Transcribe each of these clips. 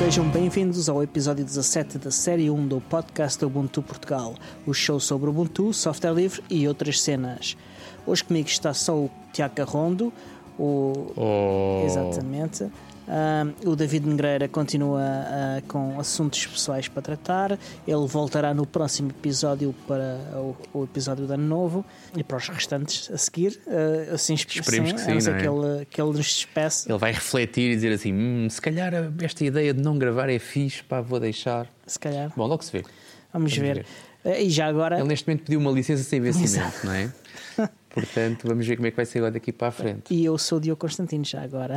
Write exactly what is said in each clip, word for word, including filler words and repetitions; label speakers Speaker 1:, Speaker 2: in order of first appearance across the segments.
Speaker 1: Sejam bem-vindos ao episódio dezassete da série um do podcast Ubuntu Portugal, o show sobre Ubuntu, software livre e outras cenas. Hoje comigo está só o Tiago Carrondo, o...
Speaker 2: Oh.
Speaker 1: Exatamente. Uh, o David Negreira continua uh, com assuntos pessoais para tratar. Ele voltará no próximo episódio para o, o episódio de Ano Novo e para os restantes a seguir. Uh, assim,
Speaker 2: Esperemos
Speaker 1: sim,
Speaker 2: que sim, não é?
Speaker 1: que ele, que ele nos despeça.
Speaker 2: Ele vai refletir e dizer assim: hum, se calhar esta ideia de não gravar é fixe, pá, vou deixar.
Speaker 1: Se calhar.
Speaker 2: Bom, logo se vê.
Speaker 1: Vamos, Vamos ver. ver. Uh, e já agora.
Speaker 2: Ele neste momento pediu uma licença sem vencimento, não é? Portanto, vamos ver como é que vai ser agora daqui para a frente.
Speaker 1: E eu sou o Diogo Constantino já agora.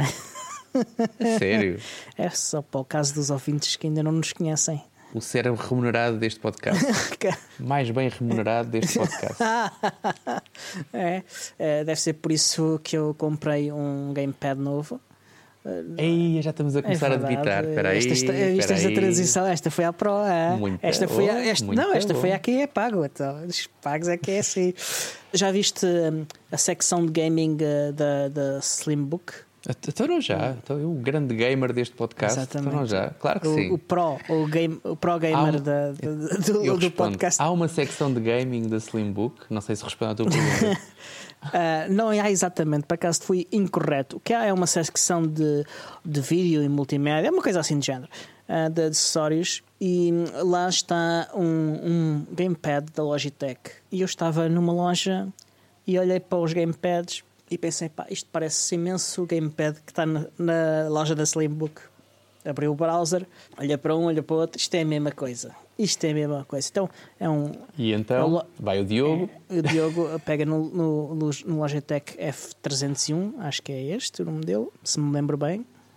Speaker 2: Sério?
Speaker 1: É só para o caso dos ouvintes que ainda não nos conhecem.
Speaker 2: O cérebro remunerado deste podcast. Mais bem remunerado deste podcast.
Speaker 1: é, é, deve ser por isso que eu comprei um gamepad novo.
Speaker 2: Ei, já estamos a começar é a debitar. Espera aí,
Speaker 1: esta, esta, esta, esta transição, esta foi à pro. É.
Speaker 2: Muito
Speaker 1: esta foi a, esta,
Speaker 2: muito
Speaker 1: não, esta
Speaker 2: bom.
Speaker 1: foi a que é pago. Então, os pagos é que é assim. Já viste um, a secção de gaming uh, da, da Slimbook?
Speaker 2: Então não já, então, eu, o grande gamer deste podcast.
Speaker 1: Exatamente.
Speaker 2: Então não já, claro que
Speaker 1: o,
Speaker 2: sim.
Speaker 1: O pro, o, game, o pro gamer um, da, da, do, do podcast.
Speaker 2: Há uma secção de gaming da Slimbook, não sei se responde à tua pergunta.
Speaker 1: uh, não há exatamente, por acaso fui incorreto. O que há é uma secção de, de vídeo e multimédia, é uma coisa assim de género, uh, de acessórios, e lá está um, um gamepad da Logitech. E eu estava numa loja e olhei para os gamepads e pensei, pá, isto parece imenso o gamepad que está na, na loja da Slimbook. Abri o browser, olha para um, olha para o outro, isto é a mesma coisa. Isto é a mesma coisa. Então, é um...
Speaker 2: E então,
Speaker 1: é,
Speaker 2: vai o Diogo.
Speaker 1: É, o Diogo pega no, no, no Logitech F trezentos e um, acho que é este o nome dele, se me lembro bem,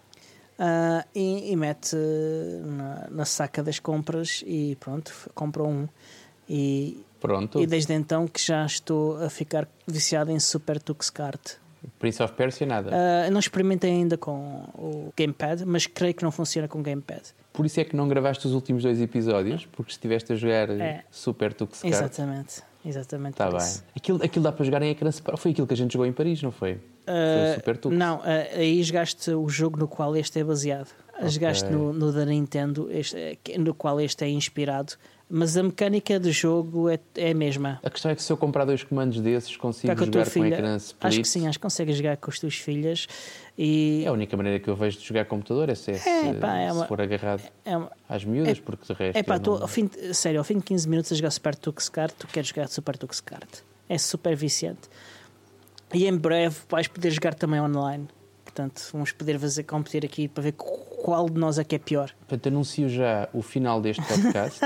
Speaker 1: uh, e, e mete na, na saca das compras e pronto, compra um. E...
Speaker 2: Pronto.
Speaker 1: E desde então que já estou a ficar viciado em Super Tux Kart.
Speaker 2: Prince of Persia, nada?
Speaker 1: Uh, não experimentei ainda com o gamepad, mas creio que não funciona com gamepad.
Speaker 2: Por isso é que não gravaste os últimos dois episódios, porque estiveste a jogar
Speaker 1: é.
Speaker 2: Super Tux Kart.
Speaker 1: Exatamente, exatamente.
Speaker 2: Está bem. Aquilo, aquilo dá para jogar em ecrã separado. Foi aquilo que a gente jogou em Paris, não foi? Uh, foi o Super Tux.
Speaker 1: Não, uh, aí jogaste o jogo no qual este é baseado. Okay. Jogaste no, no da Nintendo, este, no qual este é inspirado. Mas a mecânica do jogo é, é a mesma.
Speaker 2: A questão é que se eu comprar dois comandos desses, consigo
Speaker 1: com
Speaker 2: jogar
Speaker 1: filha,
Speaker 2: com ecrã split?
Speaker 1: Acho que sim, acho que consegues jogar com as tuas filhas. E...
Speaker 2: É a única maneira que eu vejo de jogar computador, é se, é, se,
Speaker 1: pá, é uma,
Speaker 2: se for agarrado
Speaker 1: é uma,
Speaker 2: às miúdas,
Speaker 1: é,
Speaker 2: porque de resto...
Speaker 1: É pá,
Speaker 2: não...
Speaker 1: ao fim, sério, ao fim de quinze minutos a jogar Super Tux Kart, tu queres jogar Super Tux Kart. É super viciante. E em breve vais poder jogar também online. Portanto, vamos poder fazer competir aqui para ver qual de nós é que é pior.
Speaker 2: Portanto, anuncio já o final deste podcast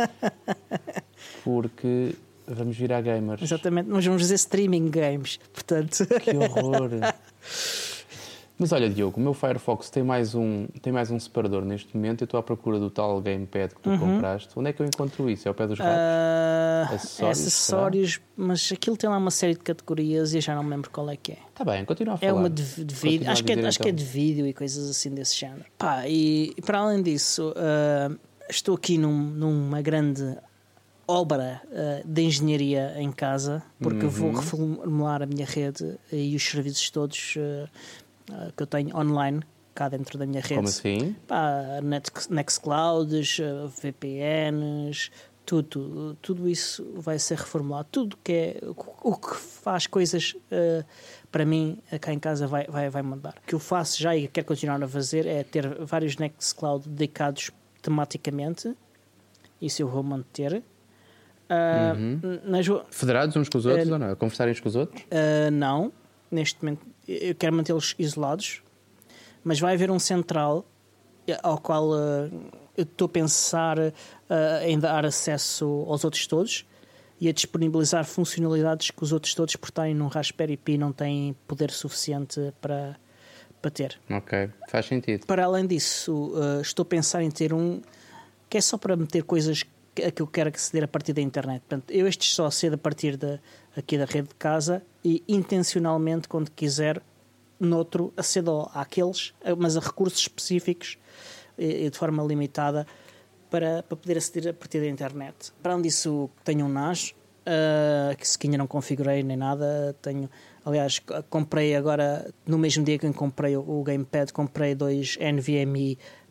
Speaker 2: porque vamos virar gamers.
Speaker 1: Exatamente, nós vamos fazer streaming games. Portanto...
Speaker 2: Que horror! Mas olha, Diogo, o meu Firefox tem mais um, tem mais um separador neste momento. Eu estou à procura do tal gamepad que tu uhum. compraste. Onde é que eu encontro isso? É ao pé dos ratos?
Speaker 1: Uh,
Speaker 2: acessórios?
Speaker 1: Acessórios, mas aquilo tem lá uma série de categorias e eu já não me lembro qual é que é.
Speaker 2: Está bem, continua a falar.
Speaker 1: É uma de, de vídeo, acho, que é,
Speaker 2: dizer,
Speaker 1: acho
Speaker 2: então.
Speaker 1: que é de vídeo e coisas assim desse género. Pá, e, e para além disso, uh, estou aqui num, numa grande obra uh, de engenharia em casa, porque uhum. vou reformular a minha rede e os serviços todos... Uh, que eu tenho online cá dentro da minha rede.
Speaker 2: Como assim?
Speaker 1: Pá, Nextclouds, V P Ns, tudo, tudo, tudo isso vai ser reformulado. Tudo que é o que faz coisas uh, para mim cá em casa vai, vai, vai mudar. O que eu faço já e quero continuar a fazer é ter vários Nextcloud dedicados tematicamente. Isso eu vou manter. Uh,
Speaker 2: uhum.
Speaker 1: nas...
Speaker 2: Federados uns com os outros
Speaker 1: uh,
Speaker 2: ou não? A conversarem uns com os outros?
Speaker 1: Uh, não. Neste momento eu quero mantê-los isolados, mas vai haver um central ao qual uh, eu estou a pensar uh, em dar acesso aos outros todos e a disponibilizar funcionalidades que os outros todos, por estarem num Raspberry Pi, não têm poder suficiente para, para ter.
Speaker 2: Ok, faz sentido.
Speaker 1: Para além disso, uh, estou a pensar em ter um que é só para meter coisas a que eu quero aceder a partir da internet. Portanto, eu estes só acedo a partir da, aqui da rede de casa e intencionalmente, quando quiser, noutro, acedo àqueles, mas a recursos específicos e, e de forma limitada para, para poder aceder a partir da internet. Para além disso, tenho um N A S, uh, que ainda não configurei nem nada. Tenho, aliás, comprei agora, no mesmo dia que comprei o, o Gamepad, comprei dois N V M e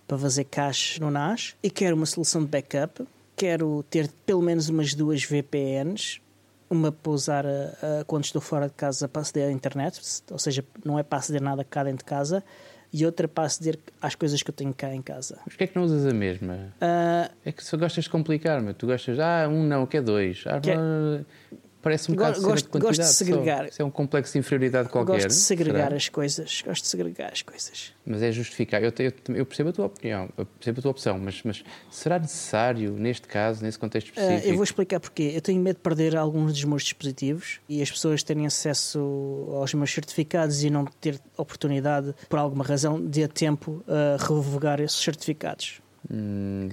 Speaker 1: para fazer cache no N A S e quero uma solução de backup. Quero ter pelo menos umas duas V P Ns, uma para usar a, a, quando estou fora de casa para aceder à internet, ou seja, não é para aceder nada cá dentro de casa, e outra para aceder às coisas que eu tenho cá em casa.
Speaker 2: Mas porquê é que não usas a mesma? Uh, é que só gostas de complicar, mas tu gostas, ah, um não, que é dois. Ah, que é... Parece um bocado
Speaker 1: gosto,
Speaker 2: de quantidade.
Speaker 1: Gosto de segregar.
Speaker 2: Só. Isso é um complexo de inferioridade qualquer.
Speaker 1: Gosto de segregar
Speaker 2: será?
Speaker 1: as coisas. Gosto de segregar as coisas.
Speaker 2: Mas é justificar. Eu, eu, eu percebo a tua opinião, eu percebo a tua opção, mas, mas será necessário, neste caso, nesse contexto específico?
Speaker 1: Uh, eu vou explicar porquê. Eu tenho medo de perder alguns dos meus dispositivos e as pessoas terem acesso aos meus certificados e não ter oportunidade, por alguma razão, de a tempo a uh, revogar esses certificados.
Speaker 2: Hum,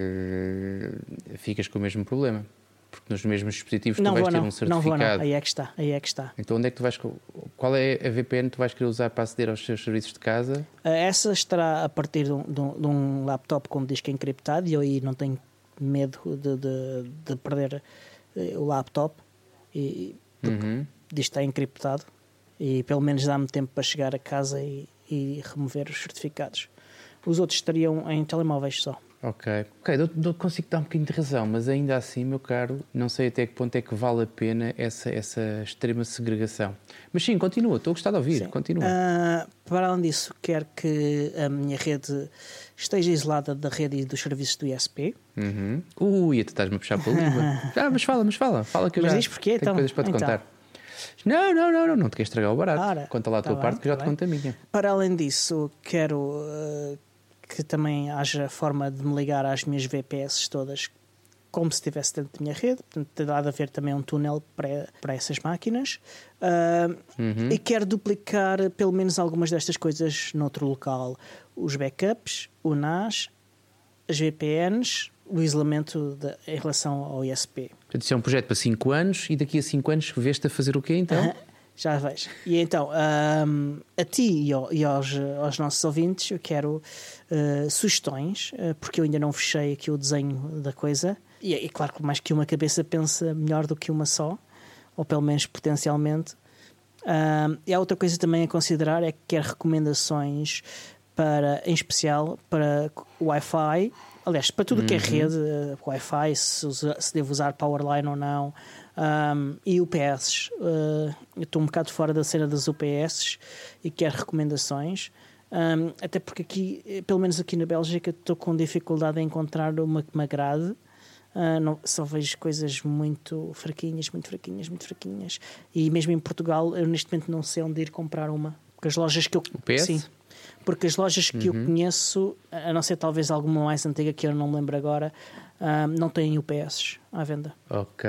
Speaker 2: de... Ficas com o mesmo problema. Porque nos mesmos dispositivos
Speaker 1: não
Speaker 2: tu vais
Speaker 1: vou,
Speaker 2: ter
Speaker 1: não.
Speaker 2: um certificado.
Speaker 1: Não vou, não. Aí é que está, aí é que está.
Speaker 2: Então onde é que tu vais... Qual é a V P N que tu vais querer usar para aceder aos teus serviços de casa?
Speaker 1: Essa estará a partir de um, de um, de um laptop com disco encriptado e eu aí não tenho medo de, de, de perder o laptop e, porque
Speaker 2: uhum.
Speaker 1: disto está encriptado e pelo menos dá-me tempo para chegar a casa e, e remover os certificados. Os outros estariam em telemóveis só.
Speaker 2: Ok, ok, eu, eu consigo dar um bocadinho de razão, mas ainda assim, meu caro, não sei até que ponto é que vale a pena essa, essa extrema segregação. Mas sim, continua, estou a gostar de ouvir, sim. Continua.
Speaker 1: Uh, para além disso, quero que a minha rede esteja isolada da rede e dos serviços do I S P.
Speaker 2: Uhum. Ui, tu estás-me a puxar pela língua. Ah, mas fala, mas fala, fala que eu
Speaker 1: mas
Speaker 2: já
Speaker 1: diz porquê,
Speaker 2: tenho
Speaker 1: então,
Speaker 2: coisas para te
Speaker 1: então.
Speaker 2: contar. Não, não, não, não, não te queres estragar o barato.
Speaker 1: Ora,
Speaker 2: Conta lá a
Speaker 1: tá
Speaker 2: tua
Speaker 1: bem,
Speaker 2: parte que eu já
Speaker 1: tá
Speaker 2: te conto a minha.
Speaker 1: Para além disso, quero... Uh, que também haja forma de me ligar às minhas V P S todas como se estivesse dentro da minha rede, portanto terá de haver também um túnel para, para essas máquinas uh,
Speaker 2: uhum.
Speaker 1: e quero duplicar pelo menos algumas destas coisas noutro local, os backups, o N A S, as V P Ns, o isolamento de, em relação ao I S P.
Speaker 2: Portanto, isso é um projeto para cinco anos e daqui a cinco anos vês-te a fazer o quê então?
Speaker 1: Uh, Já vejo. E então, um, a ti e, ao, e aos, aos nossos ouvintes, eu quero uh, sugestões, uh, porque eu ainda não fechei aqui o desenho da coisa. E é claro que mais que uma cabeça pensa melhor do que uma só, ou pelo menos potencialmente. Um, e há outra coisa também a considerar, é que quero recomendações, para, em especial para Wi-Fi. Aliás, para tudo o uhum. que é rede, uh, Wi-Fi, se, usa, se devo usar Powerline ou não. Um, e U P S. Uh, eu estou um bocado fora da cena das U P S e quero recomendações. Um, até porque aqui, pelo menos aqui na Bélgica, estou com dificuldade em encontrar uma que me agrade. Uh, não, só vejo coisas muito fraquinhas, muito fraquinhas, muito fraquinhas. E mesmo em Portugal, eu neste momento não sei onde ir comprar uma. Porque as lojas que eu...
Speaker 2: U P S?
Speaker 1: Sim. Porque as lojas que uhum. eu conheço, a não ser talvez alguma mais antiga que eu não me lembro agora, uh, não têm U P S à venda.
Speaker 2: Ok.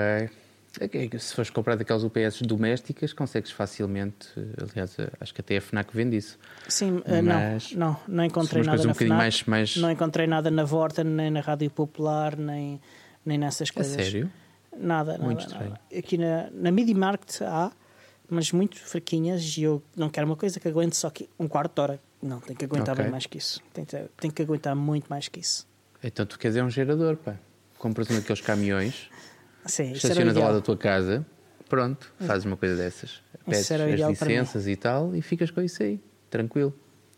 Speaker 2: Se fores comprar daquelas U P S domésticas, consegues facilmente. Aliás, acho que até a FNAC vende isso.
Speaker 1: Sim, mas não, não, não encontrei nada
Speaker 2: um
Speaker 1: na FNAC.
Speaker 2: Mais, mais...
Speaker 1: Não encontrei nada na Vorten, nem na Rádio Popular, nem, nem nessas coisas.
Speaker 2: A sério?
Speaker 1: Nada, nada.
Speaker 2: Muito estranho.
Speaker 1: Nada. Aqui na, na MediMarkt há, mas muito fraquinhas, e eu não quero uma coisa que aguente só que um quarto de hora. Não, tem que aguentar okay. bem mais que isso. Tem, tem que aguentar muito mais que isso.
Speaker 2: Então tu queres é um gerador, pá. Compras um daqueles caminhões...
Speaker 1: Sim,
Speaker 2: estacionas ao lado da tua casa, pronto, fazes uma coisa dessas, pedes as licenças e tal e ficas com isso aí, tranquilo.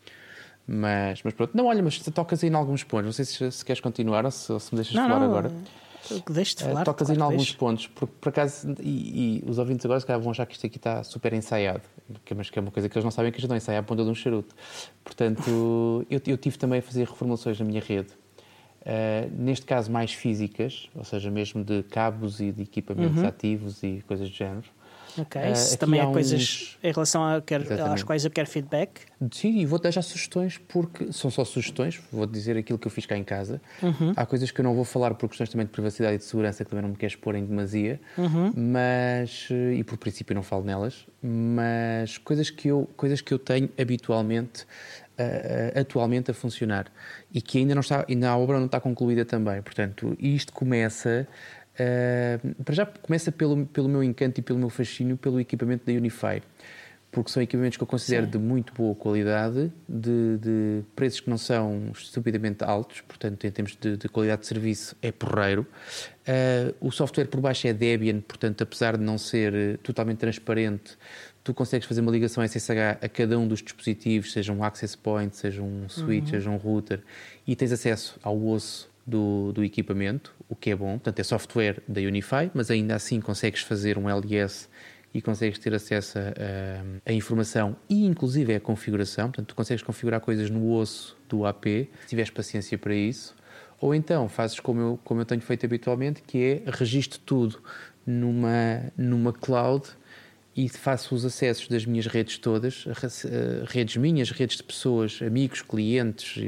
Speaker 2: Mas, mas pronto, não, olha, mas tocas aí em alguns pontos, não sei se, se queres continuar ou se, ou se me deixas
Speaker 1: não,
Speaker 2: falar
Speaker 1: não,
Speaker 2: agora.
Speaker 1: Deixa-te falar.
Speaker 2: Uh, tocas
Speaker 1: claro
Speaker 2: aí em alguns
Speaker 1: deixo.
Speaker 2: pontos, porque por acaso, e, e os ouvintes agora se calhar vão achar que isto aqui está super ensaiado, mas que é uma coisa que eles não sabem, que a gente não ensaia a ponta de um charuto. Portanto, eu, eu tive também a fazer reformulações na minha rede. Uh, neste caso mais físicas, ou seja, mesmo de cabos e de equipamentos uhum. ativos e coisas do género.
Speaker 1: Ok, uh, isso também há é coisas uns... em relação a quero, às quais eu quero feedback.
Speaker 2: Sim, e vou-te dar já sugestões, porque são só sugestões, vou-te dizer aquilo que eu fiz cá em casa.
Speaker 1: Uhum.
Speaker 2: Há coisas que eu não vou falar por questões também de privacidade e de segurança, que também não me queres pôr em demasia,
Speaker 1: uhum.
Speaker 2: mas, e por princípio não falo nelas, mas coisas que eu, coisas que eu tenho habitualmente Uh, atualmente a funcionar e que ainda não está, ainda a obra não está concluída também, portanto isto começa uh, para já começa pelo, pelo meu encanto e pelo meu fascínio pelo equipamento da Unify, porque são equipamentos que eu considero Sim. de muito boa qualidade, de, de preços que não são estupidamente altos, portanto em termos de, de qualidade de serviço é porreiro. Uh, o software por baixo é Debian, portanto apesar de não ser totalmente transparente, tu consegues fazer uma ligação S S H a cada um dos dispositivos, seja um access point, seja um switch, uhum. seja um router, e tens acesso ao osso do, do equipamento, o que é bom. Portanto, é software da Unify, mas ainda assim consegues fazer um L I S e consegues ter acesso a, a informação e inclusive a configuração. Portanto, tu consegues configurar coisas no osso do A P, se tiveres paciência para isso. Ou então fazes como eu, como eu tenho feito habitualmente, que é registro tudo numa, numa cloud e faço os acessos das minhas redes todas, redes minhas, redes de pessoas, amigos, clientes,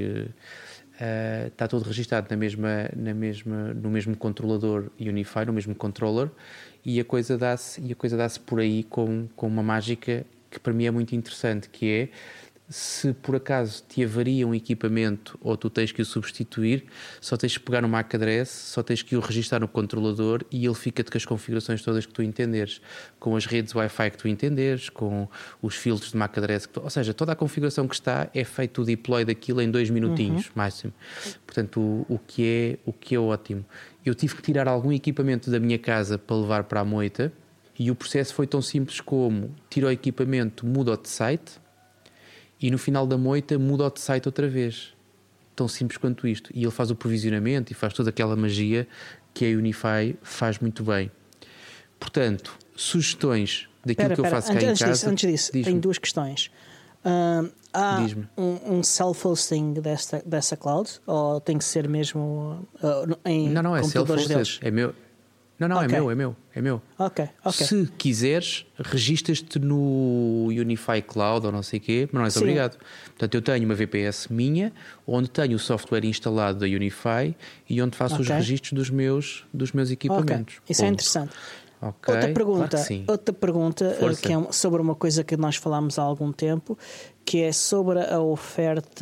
Speaker 2: uh, está tudo registado na mesma, na mesma, no mesmo controlador Unify, no mesmo controller, e a coisa dá-se, e a coisa dá-se por aí com, com uma mágica que para mim é muito interessante, que é, se por acaso te avaria um equipamento ou tu tens que o substituir, só tens que pegar no M A C address, só tens que o registrar no controlador e ele fica-te com as configurações todas que tu entenderes, com as redes Wi-Fi que tu entenderes, com os filtros de M A C address, que tu, ou seja, toda a configuração que está é feito o deploy daquilo em dois minutinhos, uhum. máximo. Portanto, o, o, que é, o que é ótimo. Eu tive que tirar algum equipamento da minha casa para levar para a moita e o processo foi tão simples como tiro o equipamento, mudo de site, e no final da moita muda de site outra vez. Tão simples quanto isto. E ele faz o provisionamento e faz toda aquela magia que a Unify faz muito bem. Portanto, sugestões daquilo pera, que eu faço
Speaker 1: pera,
Speaker 2: cá
Speaker 1: antes
Speaker 2: em casa...
Speaker 1: Disso, antes disso,
Speaker 2: diz-me.
Speaker 1: tenho duas questões. Uh, há um, um self-hosting dessa, dessa cloud? Ou tem que ser mesmo uh, em
Speaker 2: não, não, é
Speaker 1: computadores deles?
Speaker 2: É meu... Não, não, okay. é meu, é meu, é meu.
Speaker 1: Okay, okay.
Speaker 2: Se quiseres, registas-te no Unify Cloud ou não sei o quê, mas não és Sim. obrigado. Portanto, eu tenho uma V P S minha, onde tenho o software instalado da Unify e onde faço okay. os registros dos meus, dos meus equipamentos.
Speaker 1: Okay. Isso Ponto. É interessante.
Speaker 2: Okay.
Speaker 1: Outra pergunta,
Speaker 2: claro
Speaker 1: outra pergunta que é sobre uma coisa que nós falámos há algum tempo, que é sobre a oferta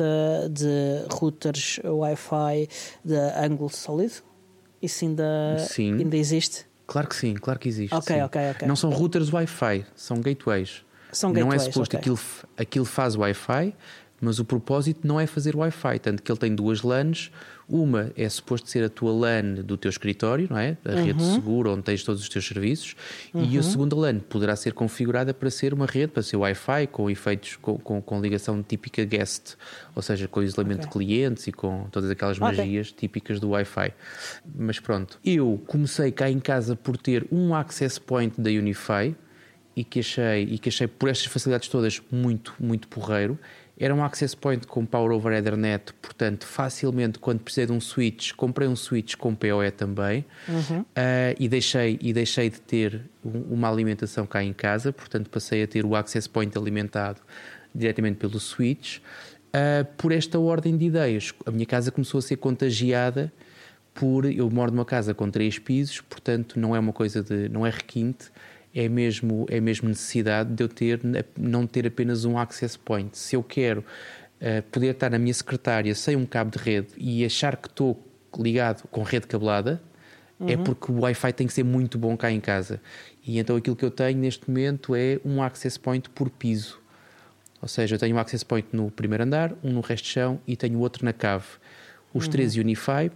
Speaker 1: de routers Wi-Fi da Angle Solid. Isso ainda,
Speaker 2: sim.
Speaker 1: ainda existe?
Speaker 2: Claro que sim, claro que existe.
Speaker 1: Ok,
Speaker 2: sim.
Speaker 1: ok, ok.
Speaker 2: Não são routers Wi-Fi, são gateways.
Speaker 1: São gateways,
Speaker 2: não é suposto
Speaker 1: okay.
Speaker 2: aquilo, aquilo faz Wi-Fi, mas o propósito não é fazer Wi-Fi, tanto que ele tem duas LANs. Uma é suposto ser a tua LAN do teu escritório, não é? A uhum. rede segura onde tens todos os teus serviços, uhum. e a segunda LAN poderá ser configurada para ser uma rede, para ser Wi-Fi, com efeitos, com, com, com ligação típica guest, ou seja, com isolamento okay. de clientes e com todas aquelas magias okay. típicas do Wi-Fi. Mas pronto, eu comecei cá em casa por ter um access point da Unify e que achei, e que achei por estas facilidades todas muito, muito porreiro. Era um access point com Power over Ethernet, portanto, facilmente, quando precisei de um switch, comprei um switch com P O E também, uhum. uh, e, deixei, e deixei de ter uma alimentação cá em casa, portanto, passei a ter o access point alimentado diretamente pelo switch. Uh, por esta ordem de ideias, a minha casa começou a ser contagiada por... Eu moro numa casa com três pisos, portanto, não é uma coisa de... não é requinte. É mesmo, é mesmo necessidade de eu ter, não ter apenas um access point. Se eu quero uh, poder estar na minha secretária sem um cabo de rede e achar que estou ligado com rede cabelada, uhum. é porque o Wi-Fi tem que ser muito bom cá em casa. E então aquilo que eu tenho neste momento é um access point por piso. Ou seja, eu tenho um access point no primeiro andar, um no resto de chão e tenho outro na cave. Os uhum. três Unify,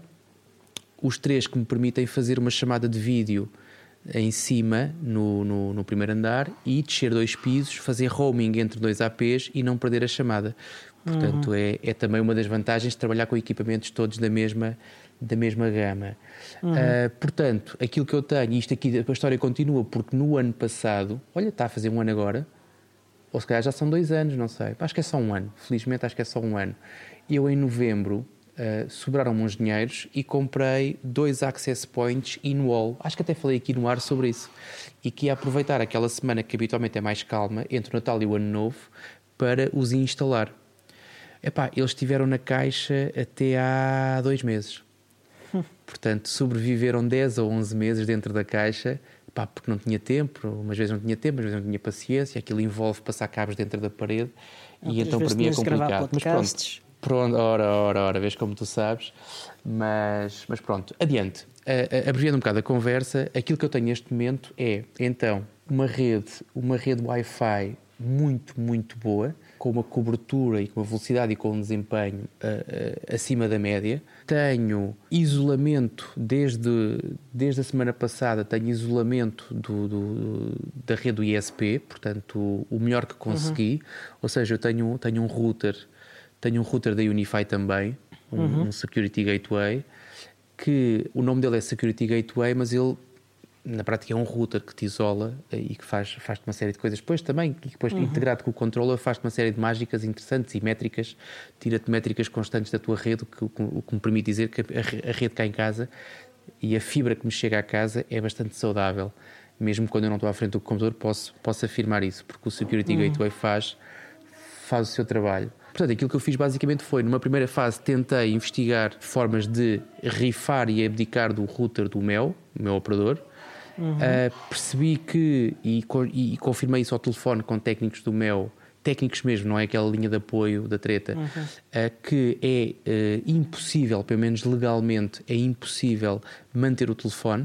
Speaker 2: os três que me permitem fazer uma chamada de vídeo em cima, no, no, no primeiro andar, e descer dois pisos, fazer roaming entre dois A Ps e não perder a chamada. Portanto, uhum. é, é também uma das vantagens de trabalhar com equipamentos todos da mesma, da mesma gama. Uhum. Uh, portanto, aquilo que eu tenho, e isto aqui, a história continua, porque no ano passado, olha, está a fazer um ano agora, ou se calhar já são dois anos, não sei, acho que é só um ano, felizmente acho que é só um ano. Eu, em novembro, Uh, sobraram-me uns dinheiros e comprei dois access points in-wall. Acho que até falei aqui no ar sobre isso. E que ia aproveitar aquela semana que habitualmente é mais calma, entre o Natal e o Ano Novo, para os instalar. Epá, eles estiveram na caixa até há dois meses. Hum. Portanto, sobreviveram dez ou onze meses dentro da caixa, epá, porque não tinha tempo, umas vezes não tinha tempo, umas vezes não tinha paciência, aquilo envolve passar cabos dentro da parede, outras e então para mim é complicado. Mas pronto. Pronto, ora, ora, ora, vês como tu sabes, mas, mas pronto, adiante. Uh, abreviando um bocado a conversa, aquilo que eu tenho neste momento é, então, uma rede, uma rede Wi-Fi muito, muito boa, com uma cobertura e com uma velocidade e com um desempenho uh, uh, acima da média. Tenho isolamento desde, desde a semana passada, tenho isolamento do, do, da rede do I S P, portanto o melhor que consegui, uhum. Ou seja, eu tenho, tenho um router, tenho um router da Unify também, um, uhum. um Security Gateway, que o nome dele é Security Gateway, mas ele na prática é um router que te isola e que faz, faz uma série de coisas. Depois também, depois, uhum. integrado com o controller, faz-te uma série de mágicas interessantes e métricas, tira-te métricas constantes da tua rede, o que, o que me permite dizer que a, a rede cá em casa e a fibra que me chega à casa é bastante saudável. Mesmo quando eu não estou à frente do computador, posso, posso afirmar isso, porque o Security uhum. Gateway faz, faz o seu trabalho. Portanto, aquilo que eu fiz basicamente foi, numa primeira fase, tentei investigar formas de rifar e abdicar do router do Mel, o meu operador. Uhum. Uh, percebi que, e, e, e confirmei isso ao telefone com técnicos do Mel, técnicos mesmo, não é aquela linha de apoio da treta, uhum. uh, que é uh, impossível, pelo menos legalmente, é impossível manter o telefone.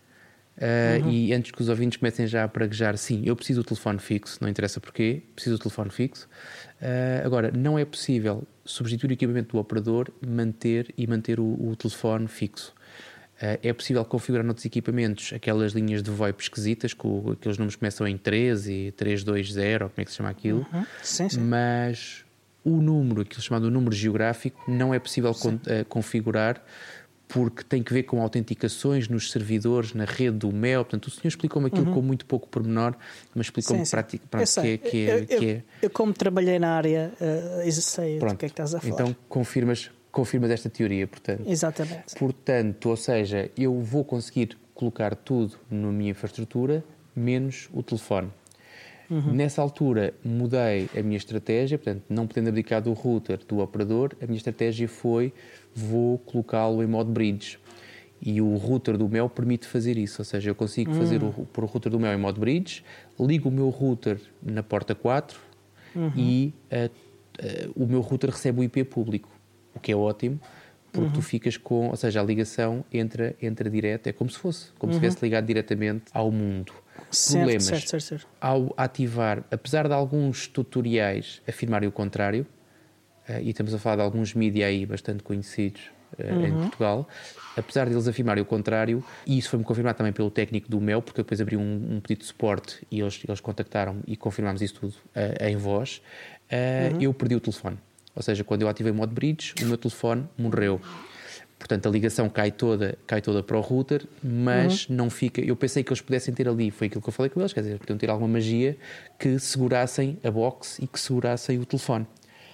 Speaker 2: Uh, uhum. E antes que os ouvintes comecem já a praguejar, sim, eu preciso do telefone fixo, não interessa porquê, preciso do telefone fixo. Uh, agora, não é possível substituir o equipamento do operador, manter e manter o, o telefone fixo. Uh, é possível configurar noutros equipamentos aquelas linhas de VoIP esquisitas, com aqueles números que começam em treze e trezentos e vinte, como é que se chama aquilo,
Speaker 1: uhum. sim, sim.
Speaker 2: Mas o número, aquilo chamado número geográfico, não é possível con- uh, configurar, porque tem que ver com autenticações nos servidores, na rede do Mel. Portanto, o senhor explicou-me aquilo uhum. com muito pouco pormenor, mas explicou-me prática, prática que, é, que, é,
Speaker 1: eu,
Speaker 2: que é...
Speaker 1: Eu, eu, como trabalhei na área, uh, sei
Speaker 2: Pronto.
Speaker 1: do que é que estás a falar.
Speaker 2: Então, confirmas... confirmas esta teoria, portanto.
Speaker 1: Exatamente.
Speaker 2: Portanto, ou seja, eu vou conseguir colocar tudo na minha infraestrutura, menos o telefone. Uhum. Nessa altura, mudei a minha estratégia, portanto, não podendo abdicar do router, do operador, a minha estratégia foi, vou colocá-lo em modo bridge. E o router do Mel permite fazer isso, ou seja, eu consigo uhum. fazer o, pôr o router do Mel em modo bridge, ligo o meu router na porta quatro uhum. e uh, uh, o meu router recebe o I P público. O que é ótimo, porque uhum. tu ficas com... Ou seja, a ligação entra, entra direta, é como se fosse, como uhum. se estivesse ligado diretamente ao mundo.
Speaker 1: Certo,
Speaker 2: Problemas,
Speaker 1: certo, certo, certo.
Speaker 2: Ao ativar, apesar de alguns tutoriais afirmarem o contrário, uh, e estamos a falar de alguns mídia aí bastante conhecidos uh, uhum. em Portugal, apesar deles afirmarem o contrário, e isso foi-me confirmado também pelo técnico do Mel, porque eu depois abri um, um pedido de suporte e eles, eles contactaram e confirmámos isso tudo uh, em voz, uh, uhum. eu perdi o telefone. Ou seja, quando eu ativei o modo bridge, o meu telefone morreu. Portanto, a ligação cai toda, cai toda para o router, mas uhum. não fica... Eu pensei que eles pudessem ter ali, foi aquilo que eu falei com eles, quer dizer, podiam ter alguma magia que segurassem a box e que segurassem o telefone.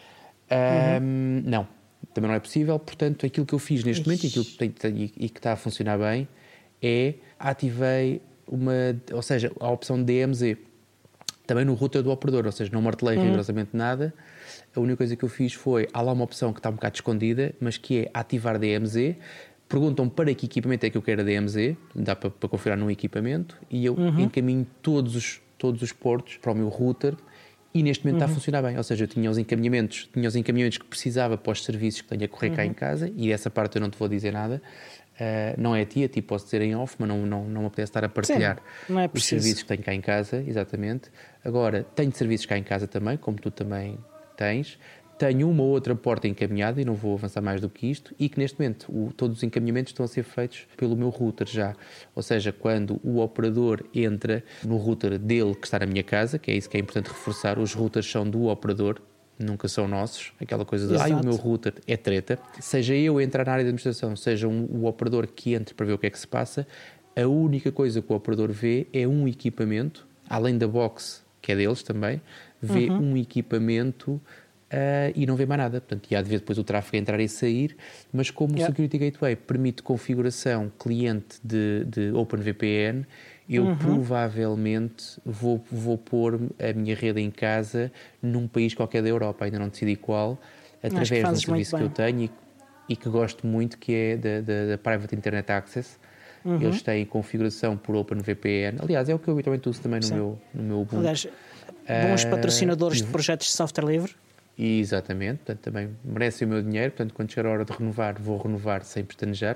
Speaker 2: Uhum. Um, não, também não é possível. Portanto, aquilo que eu fiz neste Ixi. momento e aquilo que, tem, tem, e que está a funcionar bem é ativei uma... Ou seja, a opção D M Z. Também no router do operador, ou seja, não martelei uhum. rigorosamente nada. A única coisa que eu fiz foi, há lá uma opção que está um bocado escondida, mas que é ativar D M Z. Perguntam para que equipamento é que eu quero a D M Z, dá para, para configurar num equipamento, e eu uhum. encaminho todos os, todos os portos para o meu router e neste momento uhum. está a funcionar bem. Ou seja, eu tinha os encaminhamentos, tinha os encaminhamentos que precisava para os serviços que tenho a correr uhum. cá em casa, e dessa parte eu não te vou dizer nada. Uh, não é a ti, a ti posso dizer em off, mas não, não, não me apetece estar a partilhar
Speaker 1: Sim, não é
Speaker 2: os serviços que tenho cá em casa, exatamente. Agora, tenho serviços cá em casa também, como tu também tens. Tenho uma ou outra porta encaminhada e não vou avançar mais do que isto, e que neste momento o, todos os encaminhamentos estão a ser feitos pelo meu router já. Ou seja, quando o operador entra no router dele que está na minha casa, que é isso que é importante reforçar, os routers são do operador, nunca são nossos, aquela coisa de, ai, o meu router é treta. Seja eu entrar na área de administração, seja um, o operador que entre para ver o que é que se passa, a única coisa que o operador vê é um equipamento, além da box, que é deles também, vê uhum. um equipamento uh, e não vê mais nada. Portanto, e há de ver depois o tráfego entrar e sair, mas como yeah. o Security Gateway permite configuração cliente de, de OpenVPN, eu uhum. provavelmente vou, vou pôr a minha rede em casa num país qualquer da Europa, ainda não decidi qual, através de um serviço que eu tenho e, e que gosto muito, que é da, da, da Private Internet Access. Uhum. Eles têm configuração por OpenVPN. Aliás, é o que eu habitualmente uso também no meu, no meu Ubuntu.
Speaker 1: Aliás, bons patrocinadores uh, de projetos de software livre.
Speaker 2: Exatamente, portanto, também merecem o meu dinheiro, portanto, quando chegar a hora de renovar, vou renovar sem pestanejar.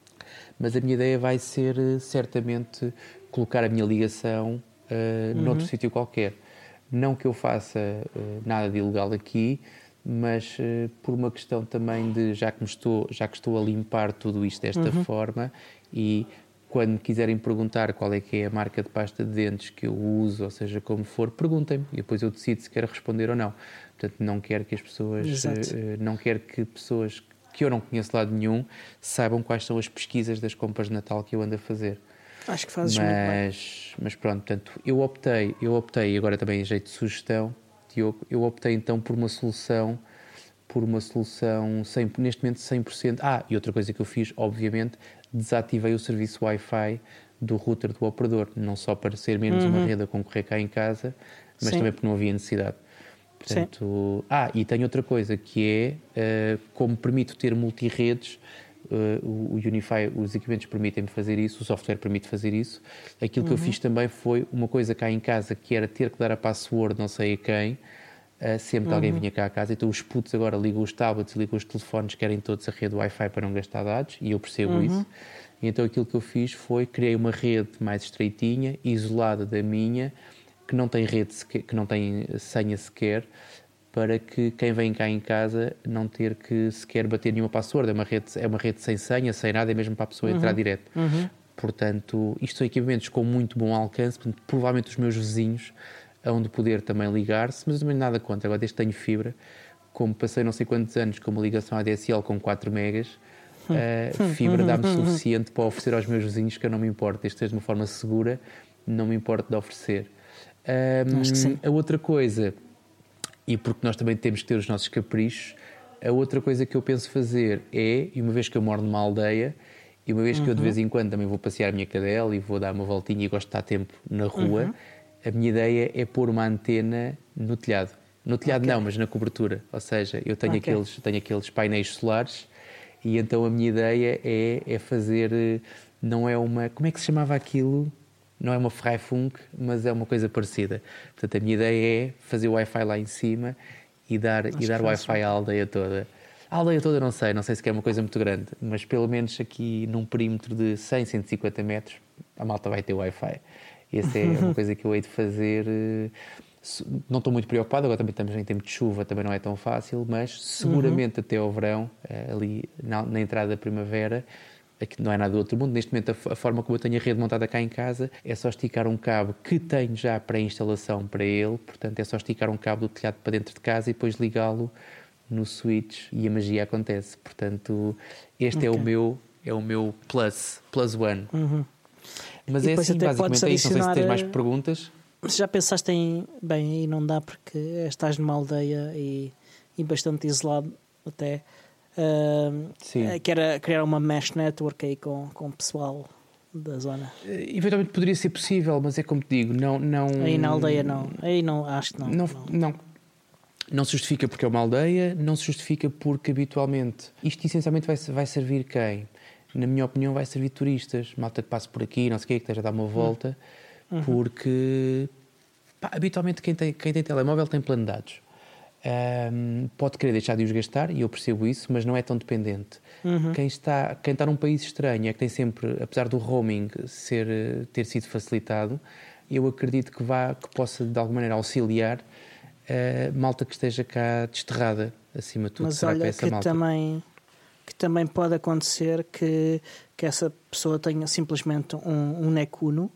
Speaker 2: Mas a minha ideia vai ser, certamente, colocar a minha ligação uh, uhum. noutro sítio qualquer. Não que eu faça uh, nada de ilegal aqui, mas uh, por uma questão também de, já que, me estou, já que estou a limpar tudo isto desta uhum. forma, e quando me quiserem perguntar qual é que é a marca de pasta de dentes que eu uso, ou seja, como for, perguntem-me e depois eu decido se quero responder ou não. Portanto, não quero que as pessoas, uh, não quero que pessoas que eu não conheço de lado nenhum saibam quais são as pesquisas das compras de Natal que eu ando a fazer.
Speaker 1: Acho que fazes
Speaker 2: mas,
Speaker 1: muito bem.
Speaker 2: Mas pronto, portanto, eu optei, eu optei, agora também em jeito de sugestão, Diogo, eu optei então por uma solução, por uma solução cem, neste momento cem por cento. Ah, e outra coisa que eu fiz, obviamente, desativei o serviço Wi-Fi do router do operador, não só para ser menos uhum. uma rede a concorrer cá em casa, mas Sim. também porque não havia necessidade. Portanto, ah, e tenho outra coisa que é, uh, como permito ter multiredes, Uh, o Unify, os equipamentos permitem-me fazer isso, o software permite fazer isso. Aquilo uhum. que eu fiz também foi uma coisa cá em casa, que era ter que dar a password não sei a quem, uh, sempre que uhum. alguém vinha cá a casa. Então os putos agora ligam os tablets, ligam os telefones, querem todos a rede Wi-Fi para não gastar dados, e eu percebo uhum. isso. E então aquilo que eu fiz foi, criei uma rede mais estreitinha, isolada da minha, que não tem rede, sequer, que não tem senha sequer, para que quem vem cá em casa não ter que sequer bater nenhuma password. É uma rede, é uma rede sem senha, sem nada, é mesmo para a pessoa uhum. entrar direto. Uhum. Portanto, isto são equipamentos com muito bom alcance, portanto, provavelmente os meus vizinhos hão de poder também ligar-se, mas eu também nada contra. Agora, desde que tenho fibra, como passei não sei quantos anos com uma ligação A D S L com quatro megas, a fibra dá-me suficiente para oferecer aos meus vizinhos, que eu não me importo, desde que esteja de uma forma segura, não me importo de oferecer. Um, Acho que sim. A outra coisa... E porque nós também temos que ter os nossos caprichos, a outra coisa que eu penso fazer é, e uma vez que eu moro numa aldeia, e uma vez que uhum. eu de vez em quando também vou passear a minha cadela e vou dar uma voltinha e gosto de estar tempo na rua, uhum. a minha ideia é pôr uma antena no telhado. No telhado okay. não, mas na cobertura. Ou seja, eu tenho, okay. aqueles, tenho aqueles painéis solares e então a minha ideia é, é fazer, não é uma... Como é que se chamava aquilo? Não é uma Freifunk, mas é uma coisa parecida. Portanto, a minha ideia é fazer o Wi-Fi lá em cima e dar, e dar Wi-Fi à aldeia toda. A aldeia toda não sei, não sei se é uma coisa muito grande, mas pelo menos aqui num perímetro de cem, cento e cinquenta metros, a malta vai ter Wi-Fi. Essa é uma coisa que eu hei de fazer. Não estou muito preocupado, agora também estamos em tempo de chuva, também não é tão fácil, mas seguramente uhum. até ao verão, ali na, na entrada da primavera, aqui não é nada do outro mundo. Neste momento, a, a forma como eu tenho a rede montada cá em casa é só esticar um cabo que tenho já pré-instalação para ele, portanto é só esticar um cabo do telhado para dentro de casa e depois ligá-lo no switch e a magia acontece. Portanto, este okay. é o meu é o meu plus, plus one.
Speaker 1: Uhum.
Speaker 2: Mas e é assim, basicamente é isso. Não sei se tens mais perguntas.
Speaker 1: Se já pensaste em... Bem, e não dá porque estás numa aldeia e, e bastante isolado até... Uh, que era criar uma mesh network aí com, com o pessoal da zona.
Speaker 2: Eventualmente poderia ser possível, mas é como te digo, não, não...
Speaker 1: Aí na aldeia não, aí não, acho que não.
Speaker 2: Não,
Speaker 1: não.
Speaker 2: não. Não se justifica porque é uma aldeia, não se justifica porque habitualmente isto essencialmente vai, vai servir quem? Na minha opinião vai servir turistas, malta que passe por aqui, não sei o que, que esteja a dar uma volta, uhum. porque pá, habitualmente quem tem, quem tem telemóvel tem plano de dados. Um, pode querer deixar de os gastar, e eu percebo isso, mas não é tão dependente. Uhum. Quem, está, quem está num país estranho é que tem sempre, apesar do roaming ser, ter sido facilitado, eu acredito que, vá, que possa de alguma maneira auxiliar a malta que esteja cá desterrada, acima de tudo.
Speaker 1: Mas
Speaker 2: será
Speaker 1: olha
Speaker 2: para essa
Speaker 1: que,
Speaker 2: malta.
Speaker 1: Também, que também pode acontecer que, que essa pessoa tenha simplesmente um, um Nekuno,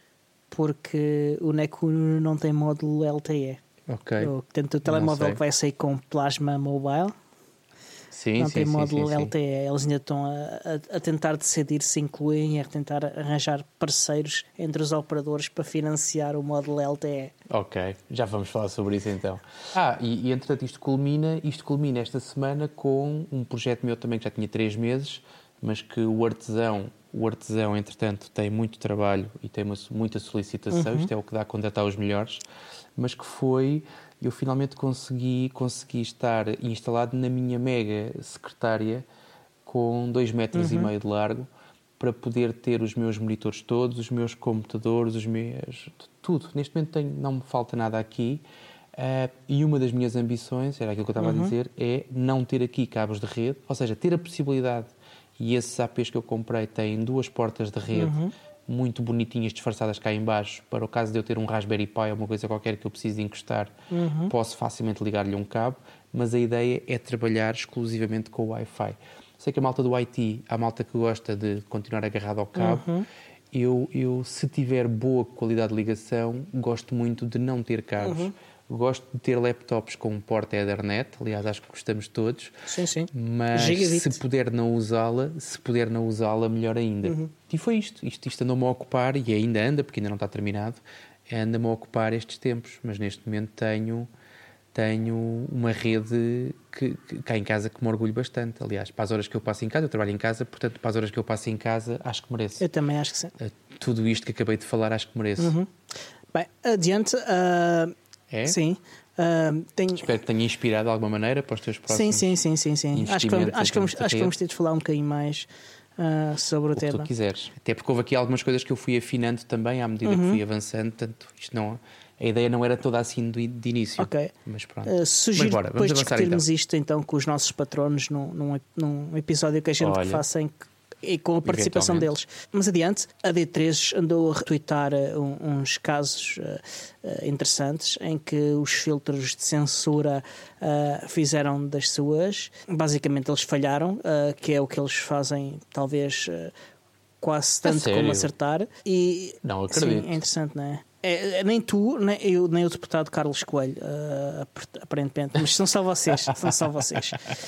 Speaker 1: porque o Nekuno não tem módulo L T E.
Speaker 2: Okay.
Speaker 1: Portanto, o telemóvel que vai sair com plasma mobile
Speaker 2: sim,
Speaker 1: não
Speaker 2: sim,
Speaker 1: tem
Speaker 2: sim,
Speaker 1: módulo
Speaker 2: sim, sim.
Speaker 1: L T E. Eles ainda estão a, a, a tentar decidir se incluem, a tentar arranjar parceiros entre os operadores para financiar o módulo L T E.
Speaker 2: Ok, já vamos falar sobre isso então. Ah, e, e entretanto isto culmina, isto culmina esta semana com um projeto meu também que já tinha três meses, mas que o artesão, o artesão entretanto tem muito trabalho e tem uma, muita solicitação, uhum. Isto é o que dá a contratar os melhores, mas que foi, eu finalmente consegui, consegui estar instalado na minha mega secretária com dois metros uhum. e meio de largo, para poder ter os meus monitores todos, os meus computadores, os meus... tudo. Neste momento tenho, não me falta nada aqui, uh, e uma das minhas ambições, era aquilo que eu estava uhum. a dizer, é não ter aqui cabos de rede, ou seja, ter a possibilidade, e esses A Ps que eu comprei têm duas portas de rede, uhum. muito bonitinhas disfarçadas cá em baixo, para o caso de eu ter um Raspberry Pi ou uma coisa qualquer que eu precise de encostar, uhum. posso facilmente ligar-lhe um cabo, mas a ideia é trabalhar exclusivamente com o Wi-Fi. Sei que a malta do I T, há malta que gosta de continuar agarrado ao cabo. Uhum. Eu, eu, se tiver boa qualidade de ligação, gosto muito de não ter cabos. Uhum. Gosto de ter laptops com um porta Ethernet, aliás, acho que gostamos todos.
Speaker 1: Sim, sim.
Speaker 2: Mas Gigabit. se puder não usá-la, se puder não usá-la, melhor ainda. Uhum. E foi isto. Isto, isto andou-me a ocupar, e ainda anda, porque ainda não está terminado, anda-me a ocupar estes tempos. Mas neste momento tenho, tenho uma rede que, que, cá em casa que me orgulho bastante. Aliás, para as horas que eu passo em casa, eu trabalho em casa, portanto, para as horas que eu passo em casa, acho que mereço.
Speaker 1: Eu também acho que sim.
Speaker 2: Tudo isto que acabei de falar, acho que mereço.
Speaker 1: Uhum. Bem, adiante. Uh...
Speaker 2: É?
Speaker 1: Sim. Uh, tenho...
Speaker 2: Espero que tenha inspirado de alguma maneira para os teus próximos.
Speaker 1: Sim, sim, sim, sim, sim. Acho que vamos, acho que vamos, acho que vamos ter de falar um bocadinho mais uh, sobre o, o tema.
Speaker 2: Que tu quiseres. Até porque houve aqui algumas coisas que eu fui afinando também à medida uhum. que fui avançando. Portanto, isto não, a ideia não era toda assim de, de início.
Speaker 1: Ok.
Speaker 2: Mas pronto.
Speaker 1: Uh, sugiro Mas bora, depois discutirmos então. isto então com os nossos patronos num, num, num episódio que a gente Olha. faça em que e com a participação deles. Mas adiante, a D três andou a retweetar uh, uns casos uh, uh, interessantes em que os filtros de censura uh, fizeram das suas. Basicamente eles falharam, uh, que é o que eles fazem talvez uh, quase tanto como acertar. E,
Speaker 2: não acredito.
Speaker 1: Sim, é interessante, não é? É, nem tu, nem, eu, nem o deputado Carlos Coelho, uh, aparentemente, mas são só vocês. São só vocês.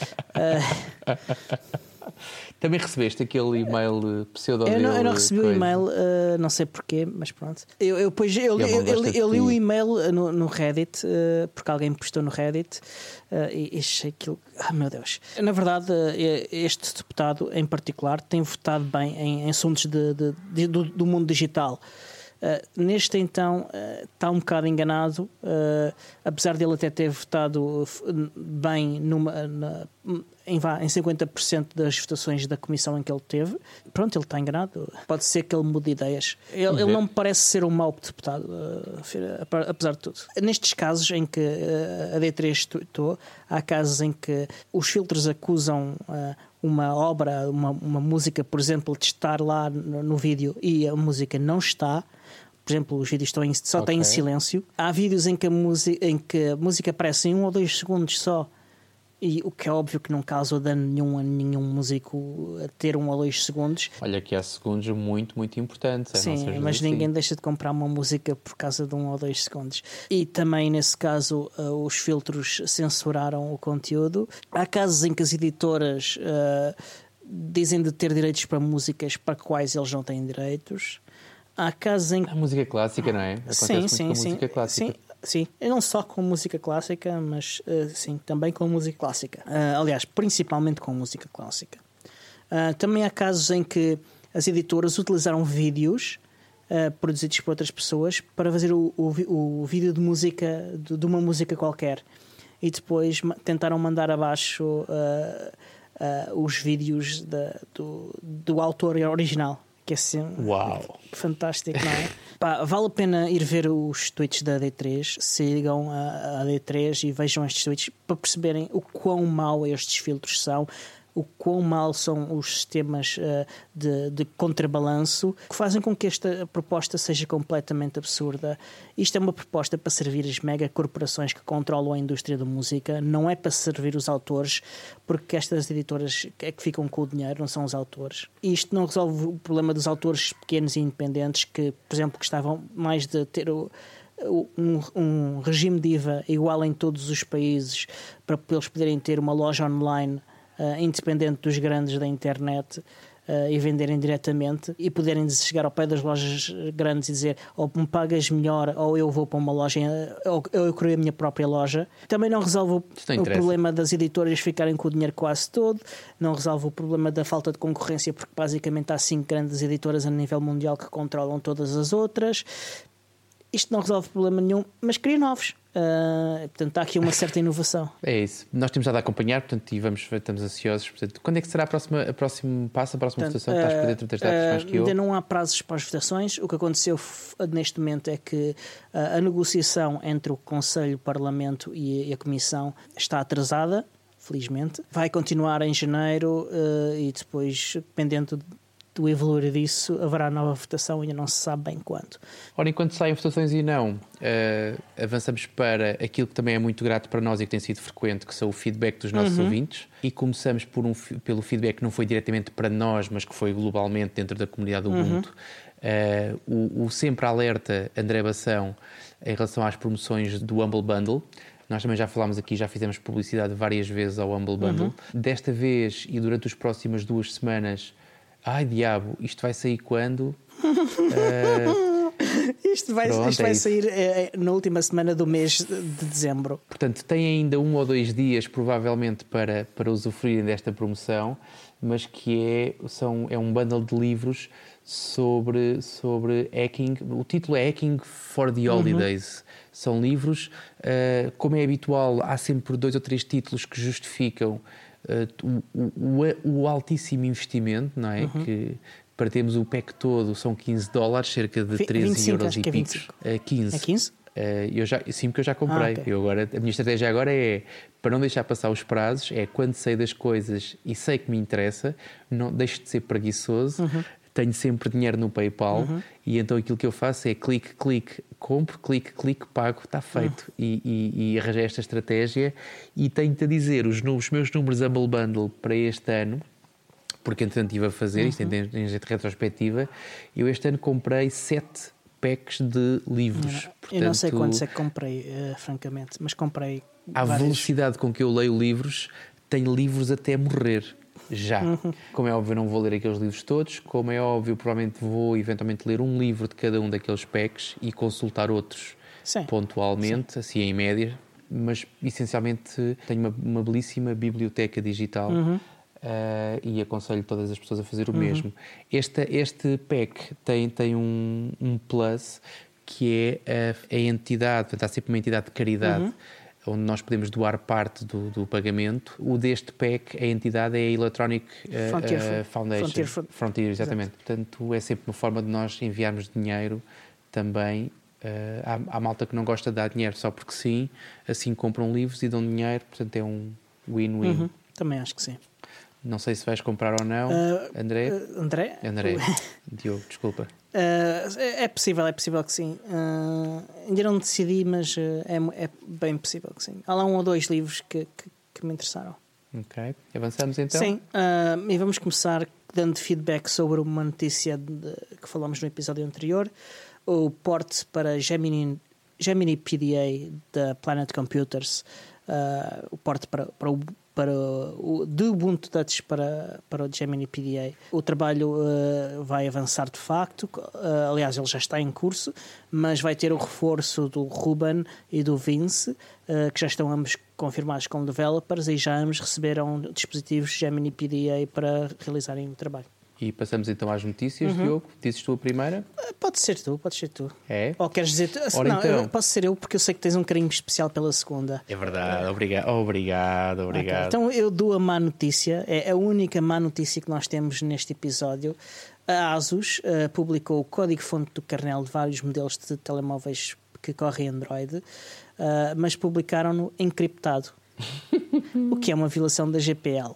Speaker 1: Uh,
Speaker 2: Também recebeste aquele e-mail pseudo
Speaker 1: eu, não, eu não recebi
Speaker 2: coisa.
Speaker 1: o e-mail, uh, não sei porquê, mas pronto. Eu, eu, pois, eu, eu, eu, eu, eu li o e-mail no, no Reddit, uh, porque alguém me postou no Reddit, uh, e achei aquilo. Ah, meu Deus. Na verdade, uh, este deputado em particular tem votado bem em, em assuntos de, de, de, do, do mundo digital. Uh, neste então uh, está um bocado enganado, uh, apesar dele até ter votado bem numa, na, em, em cinquenta por cento das votações da comissão em que ele teve. Pronto, ele está enganado, pode ser que ele mude ideias. Ele, ele não me parece ser um mau deputado, uh, apesar de tudo. Nestes casos em que uh, a D três tweetou, há casos em que os filtros acusam uh, uma obra, uma, uma música, por exemplo, de estar lá no, no vídeo e a música não está. Por exemplo, os vídeos estão em, só okay. têm silêncio. Há vídeos em que, a música, em que a música aparece em um ou dois segundos só, e o que é óbvio que não causou dano nenhum a nenhum músico a ter um ou dois segundos.
Speaker 2: Olha que há segundos muito, muito importantes.
Speaker 1: Sim, mas assim. Ninguém deixa de comprar uma música por causa de um ou dois segundos. E também, nesse caso, uh, os filtros censuraram o conteúdo. Há casos em que as editoras uh, dizem de ter direitos para músicas para quais eles não têm direitos. Há casos em que...
Speaker 2: A música clássica, não é? Acontece
Speaker 1: sim,
Speaker 2: muito
Speaker 1: sim,
Speaker 2: com a
Speaker 1: sim.
Speaker 2: música clássica.
Speaker 1: Sim, sim. E não só com música clássica, mas uh, sim, também com música clássica. Uh, aliás, principalmente com música clássica. Uh, também há casos em que as editoras utilizaram vídeos uh, produzidos por outras pessoas para fazer o, o, o vídeo de música, de, de uma música qualquer. E depois tentaram mandar abaixo uh, uh, os vídeos da, do, do autor original. Que é assim,
Speaker 2: uau.
Speaker 1: Fantástico, não é? Pá, vale a pena ir ver os tweets da D três, sigam a, a D três e vejam estes tweets para perceberem o quão mau estes filtros são, o quão mal são os sistemas uh, de, de contrabalanço, que fazem com que esta proposta seja completamente absurda. Isto é uma proposta para servir as megacorporações que controlam a indústria da música, não é para servir os autores, porque estas editoras é que ficam com o dinheiro, não são os autores. E isto não resolve o problema dos autores pequenos e independentes que, por exemplo, gostavam mais de ter o Um, um regime de I V A igual em todos os países para eles poderem ter uma loja online Uh, independente dos grandes da internet uh, e venderem diretamente e poderem chegar ao pé das lojas grandes e dizer ou me pagas melhor ou eu vou para uma loja ou eu criei a minha própria loja. Também não resolve o, o problema das editoras ficarem com o dinheiro quase todo, não resolve o problema da falta de concorrência, porque basicamente há cinco grandes editoras a nível mundial que controlam todas as outras. Isto não resolve problema nenhum, mas cria novos. Uh, portanto, há aqui uma certa inovação.
Speaker 2: É isso. Nós temos estado a acompanhar, portanto, e vamos, estamos ansiosos. Portanto, quando é que será a próxima, a próximo passo, a próxima portanto, votação? Uh, Estás por dentro das datas uh, mais que eu?
Speaker 1: Ainda não há prazos para as votações. O que aconteceu neste momento é que uh, a negociação entre o Conselho, o Parlamento e a Comissão está atrasada, felizmente. Vai continuar em janeiro uh, e depois, dependendo do evoluir disso, haverá nova votação, ainda não se sabe bem quando.
Speaker 2: Ora, enquanto saem votações e não, uh, avançamos para aquilo que também é muito grato para nós e que tem sido frequente, que são o feedback dos nossos uhum. ouvintes. E começamos por um, pelo feedback que não foi diretamente para nós, mas que foi globalmente dentro da comunidade Ubuntu. Uhum. Uh, o, o sempre alerta André Bação em relação às promoções do Humble Bundle. Nós também já falámos aqui, já fizemos publicidade várias vezes ao Humble Bundle. Uhum. Desta vez e durante as próximas duas semanas, ai diabo, isto vai sair quando? uh,
Speaker 1: isto vai, Pronto, isto vai é sair é, na última semana do mês de dezembro.
Speaker 2: Portanto, tem ainda um ou dois dias, provavelmente, para, para usufruírem desta promoção, mas que é, são, é um bundle de livros sobre, sobre hacking. O título é Hacking for the Holidays. Uhum. São livros, uh, como é habitual, há sempre dois ou três títulos que justificam uh, o, o, o altíssimo investimento, não é? Uhum. Que para termos o pack todo são quinze dólares, cerca de treze euros e picos.
Speaker 1: Uh, quinze. É quinze?
Speaker 2: Uh, eu já, sim, porque eu já comprei. Ah, okay. eu agora, a minha estratégia agora é, para não deixar passar os prazos, é quando sei das coisas e sei que me interessa, não deixo de ser preguiçoso. Uhum. Tenho sempre dinheiro no PayPal uhum. e então aquilo que eu faço é clique, clique, compro, clique, clique, pago, está feito. Uhum. E, e, e arranjei esta estratégia e tenho-te a dizer os, os meus números Humble Bundle para este ano, porque entretanto estive a fazer, uhum. isto em termos de retrospectiva, eu este ano comprei sete packs de livros.
Speaker 1: Eu não, Portanto, eu não sei quantos é que comprei, uh, francamente, mas comprei
Speaker 2: à
Speaker 1: vários.
Speaker 2: velocidade com que eu leio livros, tenho livros até morrer. Já. Uhum. Como é óbvio, não vou ler aqueles livros todos. Como é óbvio, provavelmente vou eventualmente ler um livro de cada um daqueles packs e consultar outros Sim. pontualmente, Sim. assim em média. Mas essencialmente tenho uma, uma belíssima biblioteca digital uhum. uh, e aconselho todas as pessoas a fazer o uhum. mesmo. Este, este pack tem, tem um, um plus que é a, a entidade, portanto, há sempre uma entidade de caridade. Uhum. onde nós podemos doar parte do, do pagamento. O deste pack, a entidade é a Electronic uh,
Speaker 1: Frontier,
Speaker 2: uh, Foundation.
Speaker 1: Frontier,
Speaker 2: Frontier exatamente. Exato. Portanto, é sempre uma forma de nós enviarmos dinheiro também. Uh, há, há malta que não gosta de dar dinheiro só porque sim, assim compram livros e dão dinheiro, portanto é um win-win. Uhum,
Speaker 1: também acho que sim.
Speaker 2: Não sei se vais comprar ou não, uh, André.
Speaker 1: Uh, André?
Speaker 2: André. Diogo, desculpa.
Speaker 1: Uh, é possível, é possível que sim. Uh, ainda não decidi, mas uh, é, é bem possível que sim. Há lá um ou dois livros que, que, que me interessaram.
Speaker 2: Ok, avançamos então?
Speaker 1: Sim, uh, e vamos começar dando feedback sobre uma notícia de, que falámos no episódio anterior. O port para Gemini, Gemini P D A da Planet Computers, uh, o port para, para o para o de Ubuntu Touch para, para o Gemini P D A. O trabalho uh, vai avançar de facto, uh, aliás ele já está em curso, mas vai ter o reforço do Ruben e do Vince, uh, que já estão ambos confirmados como developers e já ambos receberam dispositivos Gemini P D A para realizarem o trabalho.
Speaker 2: E passamos então às notícias, uhum. Diogo. Dizes tu a primeira?
Speaker 1: Pode ser tu, pode ser tu.
Speaker 2: É?
Speaker 1: Ou queres dizer tu?
Speaker 2: Ora,
Speaker 1: não,
Speaker 2: então.
Speaker 1: Posso ser eu, porque eu sei que tens um carinho especial pela segunda.
Speaker 2: É verdade, obrigado, obrigado, obrigado.
Speaker 1: Okay. Então eu dou a má notícia, é a única má notícia que nós temos neste episódio. A ASUS uh, publicou o código-fonte do kernel de vários modelos de telemóveis que correm Android, uh, mas publicaram-no encriptado, o que é uma violação da G P L.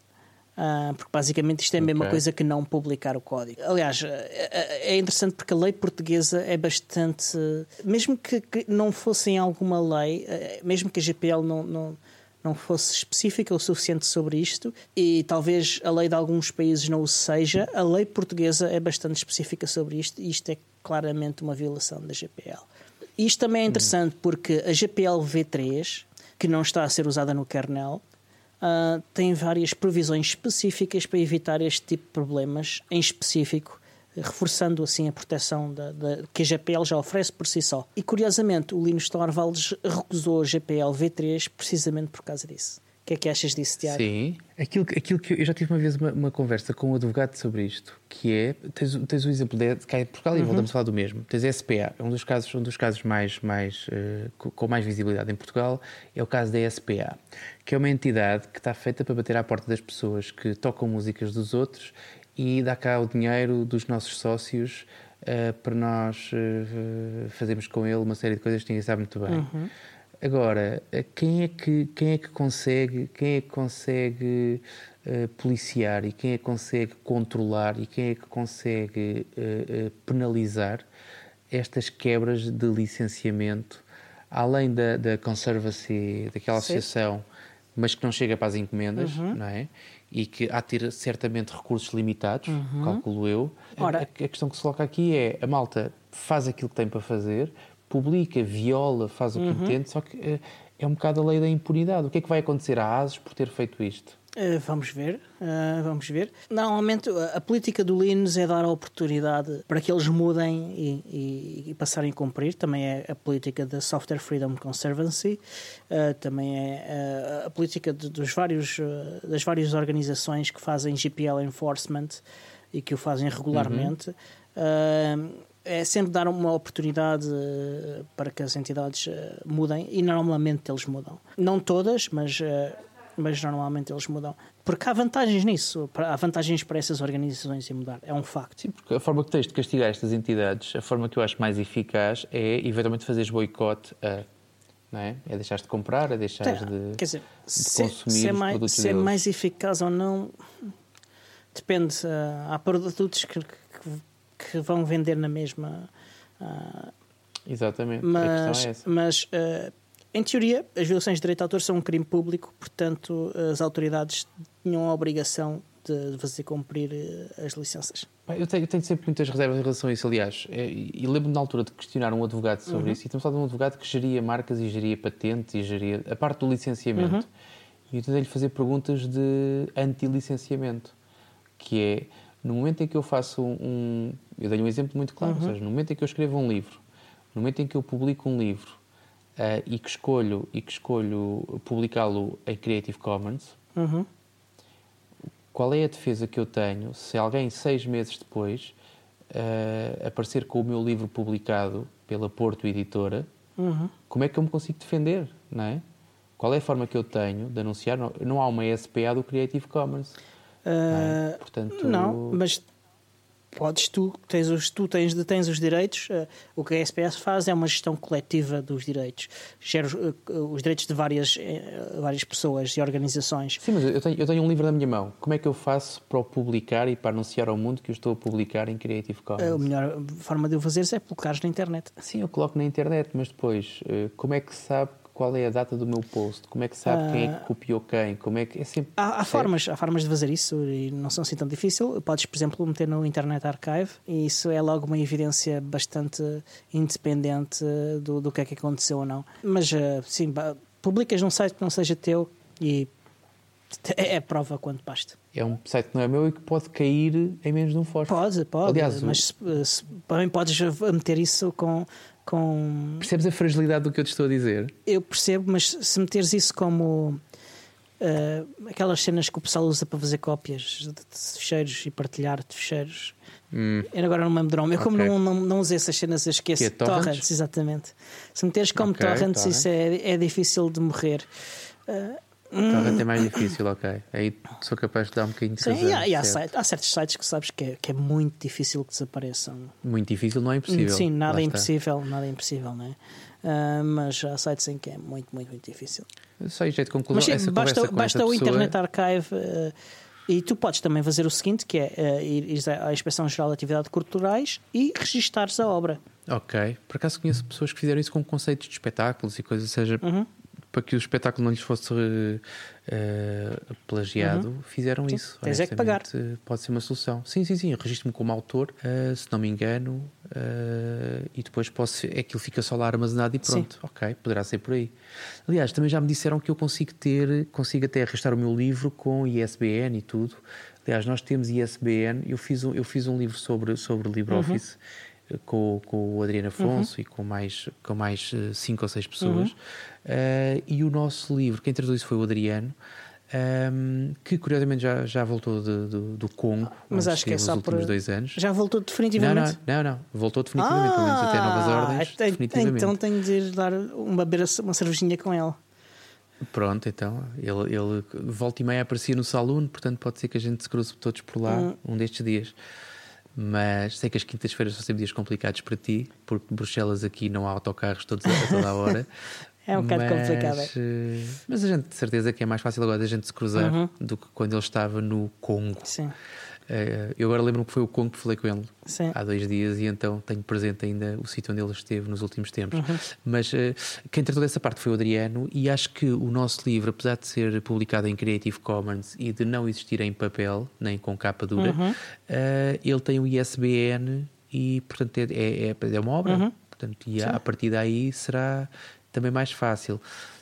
Speaker 1: Uh, porque basicamente isto é a mesma okay. coisa que não publicar o código. Aliás, é interessante porque a lei portuguesa é bastante... Mesmo que, que não fosse em alguma lei, mesmo que a G P L não, não, não fosse específica o suficiente sobre isto, e talvez a lei de alguns países não o seja, a lei portuguesa é bastante específica sobre isto, e isto é claramente uma violação da G P L. Isto também é interessante hum. porque a G P L v três, que não está a ser usada no kernel, Uh, tem várias provisões específicas para evitar este tipo de problemas, em específico, reforçando assim a proteção da, da, que a G P L já oferece por si só. E curiosamente, o Linus Torvalds recusou a G P L v três precisamente por causa disso. O que é que achas disso, Tiago?
Speaker 2: Sim, aquilo, aquilo que eu, eu já tive uma vez uma, uma conversa com um advogado sobre isto, que é, tens, tens o exemplo de cá em Portugal, uhum. e voltamos a falar do mesmo. Tens a S P A, um dos casos, um dos casos mais, mais, uh, com mais visibilidade em Portugal é o caso da S P A, que é uma entidade que está feita para bater à porta das pessoas que tocam músicas dos outros e dá cá o dinheiro dos nossos sócios uh, para nós uh, fazermos com ele uma série de coisas que ninguém sabe muito bem. Uhum. Agora, quem é que, quem é que consegue, quem é que consegue uh, policiar e quem é que consegue controlar e quem é que consegue uh, uh, penalizar estas quebras de licenciamento, além da, da Conservancy, daquela
Speaker 1: Sim.
Speaker 2: associação, mas que não chega para as encomendas,
Speaker 1: Uhum.
Speaker 2: não é? E que há de ter certamente recursos limitados,
Speaker 1: Uhum.
Speaker 2: calculo eu.
Speaker 1: Ora,
Speaker 2: a, a questão que se coloca aqui é, a malta faz aquilo que tem para fazer, publica, viola, faz o que
Speaker 1: uhum.
Speaker 2: entende, só que é, é um bocado a lei da impunidade. O que é que vai acontecer à ASUS por ter feito isto?
Speaker 1: Uh, vamos ver, uh, vamos ver. Normalmente a, a política do Linux é dar a oportunidade para que eles mudem e, e, e passarem a cumprir. Também é a política da Software Freedom Conservancy, uh, também é uh, a política de, dos vários, uh, das várias organizações que fazem G P L Enforcement e que o fazem regularmente. Uhum. Uh, é sempre dar uma oportunidade uh, para que as entidades uh, mudem e normalmente eles mudam. Não todas, mas... Uh, mas normalmente eles mudam. Porque há vantagens nisso, há vantagens para essas organizações em mudar, é um facto.
Speaker 2: Sim, porque a forma que tens de castigar estas entidades, a forma que eu acho mais eficaz é, eventualmente, fazeres boicote a... Não é? É deixares de comprar, é deixares
Speaker 1: Tem,
Speaker 2: de,
Speaker 1: quer dizer,
Speaker 2: de
Speaker 1: se,
Speaker 2: consumir
Speaker 1: se é
Speaker 2: os
Speaker 1: mais,
Speaker 2: produtos
Speaker 1: se é
Speaker 2: deles.
Speaker 1: mais eficaz ou não, depende. Uh, há produtos que, que, que vão vender na mesma... Uh,
Speaker 2: Exatamente,
Speaker 1: mas,
Speaker 2: a questão é essa.
Speaker 1: Mas... Uh, Em teoria, as violações de direito de autor são um crime público, portanto, as autoridades tinham a obrigação de fazer cumprir as licenças.
Speaker 2: Eu tenho, eu tenho sempre muitas reservas em relação a isso, aliás. E, e lembro-me na altura de questionar um advogado sobre
Speaker 1: uhum.
Speaker 2: isso, e estamos a falar de um advogado que geria marcas e geria patentes e geria a parte do licenciamento.
Speaker 1: Uhum.
Speaker 2: E eu tentei-lhe fazer perguntas de anti-licenciamento, que é, no momento em que eu faço um... Eu dei um exemplo muito claro,
Speaker 1: uhum.
Speaker 2: ou seja, no momento em que eu escrevo um livro, no momento em que eu publico um livro, Uh, e que escolho, e que escolho publicá-lo em Creative Commons,
Speaker 1: uhum.
Speaker 2: qual é a defesa que eu tenho se alguém, seis meses depois, uh, aparecer com o meu livro publicado pela Porto Editora,
Speaker 1: Uhum.
Speaker 2: como é que eu me consigo defender, não é? Qual é a forma que eu tenho de anunciar? Não, não há uma S P A do Creative Commons.
Speaker 1: Uh,
Speaker 2: não, é? Portanto,
Speaker 1: não, mas... Podes, tu tens os, tu tens, tens os direitos, uh, o que a S P S faz é uma gestão coletiva dos direitos, gera uh, os direitos de várias, uh, várias pessoas e organizações.
Speaker 2: Sim, mas eu tenho, eu tenho um livro na minha mão, como é que eu faço para o publicar e para anunciar ao mundo que eu estou a publicar em Creative Commons?
Speaker 1: Uh, a melhor forma de o fazer é colocares na internet.
Speaker 2: Sim, eu coloco na internet, mas depois, uh, como é que se sabe qual é a data do meu post? Como é que sabe uh, quem é que copiou quem? Como é que... é sempre...
Speaker 1: há, há, formas, há formas de fazer isso e não são assim tão difíceis. Podes, por exemplo, meter no Internet Archive e isso é logo uma evidência bastante independente do, do que é que aconteceu ou não. Mas, uh, sim, publicas num site que não seja teu e é prova quanto basta.
Speaker 2: É um site que não é meu e que pode cair em menos de um fósforo.
Speaker 1: Pode, pode.
Speaker 2: Aliás,
Speaker 1: mas
Speaker 2: o...
Speaker 1: se, se, também podes meter isso com... Com...
Speaker 2: Percebes a fragilidade do que eu te estou a dizer?
Speaker 1: Eu percebo, mas se meteres isso como uh, aquelas cenas que o pessoal usa para fazer cópias de, de ficheiros e partilhar de ficheiros, hum. eu agora não me lembro do nome. Eu, como okay. não, não, não usei essas cenas, eu esqueço.
Speaker 2: Que é torrents?
Speaker 1: torrents, exatamente. Se meteres como
Speaker 2: okay,
Speaker 1: torrents,
Speaker 2: torrent.
Speaker 1: isso é, é difícil de morrer. Uh,
Speaker 2: Torrent é mais difícil, ok. Aí sou capaz de dar um bocadinho de
Speaker 1: sim,
Speaker 2: razão.
Speaker 1: E há, e há, site, há certos sites que sabes que é, que é muito difícil que desapareçam.
Speaker 2: Muito difícil, não é impossível.
Speaker 1: Sim, nada é impossível, nada é impossível, não é? Uh, mas há sites em que é muito, muito, muito difícil.
Speaker 2: Só em jeito de conclusão,
Speaker 1: mas sim,
Speaker 2: essa
Speaker 1: basta,
Speaker 2: conversa com
Speaker 1: basta
Speaker 2: essa
Speaker 1: o
Speaker 2: pessoa...
Speaker 1: Internet Archive uh, e tu podes também fazer o seguinte, que é uh, ir à Inspeção Geral de Atividades Culturais e registares a obra.
Speaker 2: Ok. Por acaso conheço pessoas que fizeram isso com conceitos de espetáculos e coisas, seja...
Speaker 1: Uhum.
Speaker 2: para que o espetáculo não lhes fosse uh, plagiado, uhum. fizeram
Speaker 1: sim,
Speaker 2: isso.
Speaker 1: Tens é que pagar.
Speaker 2: Pode ser uma solução. Sim, sim, sim. Eu registro-me como autor, uh, se não me engano, uh, e depois posso, aquilo fica só lá armazenado e pronto. Sim. Ok, poderá ser por aí. Aliás, também já me disseram que eu consigo ter, consigo até registrar o meu livro com I S B N e tudo. Aliás, nós temos I S B N. Eu fiz um, eu fiz um livro sobre, sobre LibreOffice. Uhum. Com, com o Adriano Afonso uhum. e com mais, com mais cinco ou seis pessoas. Uhum. Uh, e o nosso livro, quem traduz foi o Adriano, um, que curiosamente já, já voltou de, de, do Congo.
Speaker 1: Mas acho que é só
Speaker 2: nos últimos
Speaker 1: por...
Speaker 2: dois anos.
Speaker 1: Já voltou definitivamente?
Speaker 2: Não, não, não, não. Voltou definitivamente,
Speaker 1: ah,
Speaker 2: pelo menos até novas ordens.
Speaker 1: Então,
Speaker 2: definitivamente.
Speaker 1: Então tenho de ir dar uma, uma cervejinha com ele.
Speaker 2: Pronto, então. Ele, ele volta e meia aparecia no Saloon, portanto pode ser que a gente se cruze todos por lá hum. um destes dias. Mas sei que as quintas-feiras são sempre dias complicados para ti, porque Bruxelas aqui não há autocarros todos a toda a hora.
Speaker 1: É um bocado
Speaker 2: mas,
Speaker 1: complicado. É?
Speaker 2: Mas a gente de certeza que é mais fácil agora da gente se cruzar uhum. do que quando ele estava no Congo.
Speaker 1: Sim.
Speaker 2: Uh, eu agora lembro-me que foi o Congo que falei com ele
Speaker 1: Sim.
Speaker 2: há dois dias e então tenho presente ainda o sítio onde ele esteve nos últimos tempos.
Speaker 1: Uhum.
Speaker 2: Mas uh, quem tratou dessa parte foi o Adriano e acho que o nosso livro, apesar de ser publicado em Creative Commons e de não existir em papel, nem com capa dura,
Speaker 1: uhum.
Speaker 2: uh, ele tem o I S B N e, portanto, é, é, é uma obra.
Speaker 1: Uhum.
Speaker 2: Portanto, e a, a partir daí será também mais fácil.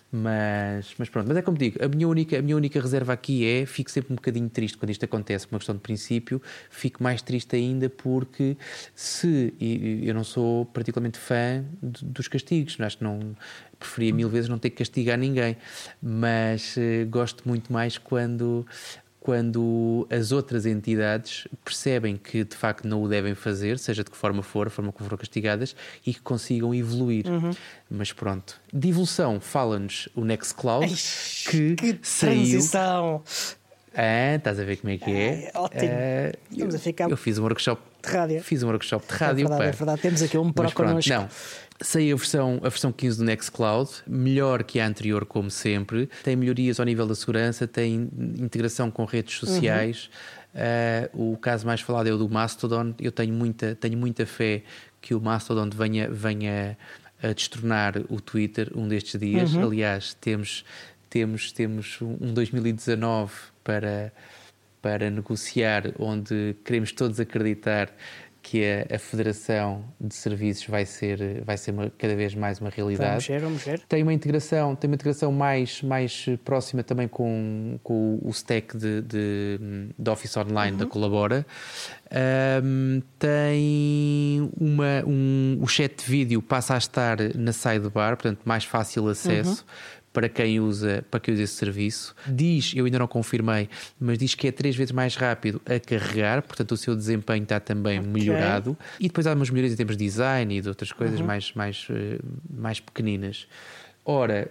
Speaker 2: Mas, mas pronto, mas é como digo, a minha, única, a minha única reserva aqui é, fico sempre um bocadinho triste quando isto acontece, por uma questão de princípio, fico mais triste ainda porque se, e eu não sou particularmente fã de, dos castigos, acho que não, preferia mil vezes não ter que castigar ninguém, mas uh, gosto muito mais quando... quando as outras entidades percebem que de facto não o devem fazer, seja de que forma for, a forma como foram castigadas, e que consigam evoluir.
Speaker 1: Uhum.
Speaker 2: Mas pronto. De evolução, fala-nos o Nextcloud,
Speaker 1: Eish,
Speaker 2: que,
Speaker 1: que
Speaker 2: saiu...
Speaker 1: transição!
Speaker 2: Ah, estás a ver como é que é?
Speaker 1: é ótimo.
Speaker 2: Ah,
Speaker 1: Estamos
Speaker 2: eu,
Speaker 1: a ficar...
Speaker 2: eu fiz um workshop
Speaker 1: de rádio.
Speaker 2: Fiz um workshop de rádio.
Speaker 1: É verdade,
Speaker 2: pá.
Speaker 1: é verdade. Temos aqui um para connosco.
Speaker 2: Não. Saiu a versão, a versão quinze do Nextcloud, melhor que a anterior, como sempre. Tem melhorias ao nível da segurança, tem integração com redes sociais. Uhum. Uh, o caso mais falado é o do Mastodon. Eu tenho muita, tenho muita fé que o Mastodon venha, venha a destronar o Twitter um destes dias. Uhum. Aliás, temos, temos, temos um dois mil e dezanove para, para negociar, onde queremos todos acreditar que a, a Federação de Serviços vai ser, vai ser uma, cada vez mais uma realidade.
Speaker 1: Vamos ver, vamos ver.
Speaker 2: Tem uma integração, tem uma integração mais, mais próxima também com, com o stack de, de, de Office Online uhum. da Colabora. Um, tem uma, um, o chat de vídeo passa a estar na sidebar, portanto mais fácil acesso. Uhum. Para quem usa, para quem usa esse serviço. Diz, eu ainda não confirmei, mas diz que é três vezes mais rápido a carregar, portanto o seu desempenho está também okay. melhorado. E depois há umas melhorias em termos de design e de outras coisas uhum. mais, mais, mais pequeninas. Ora,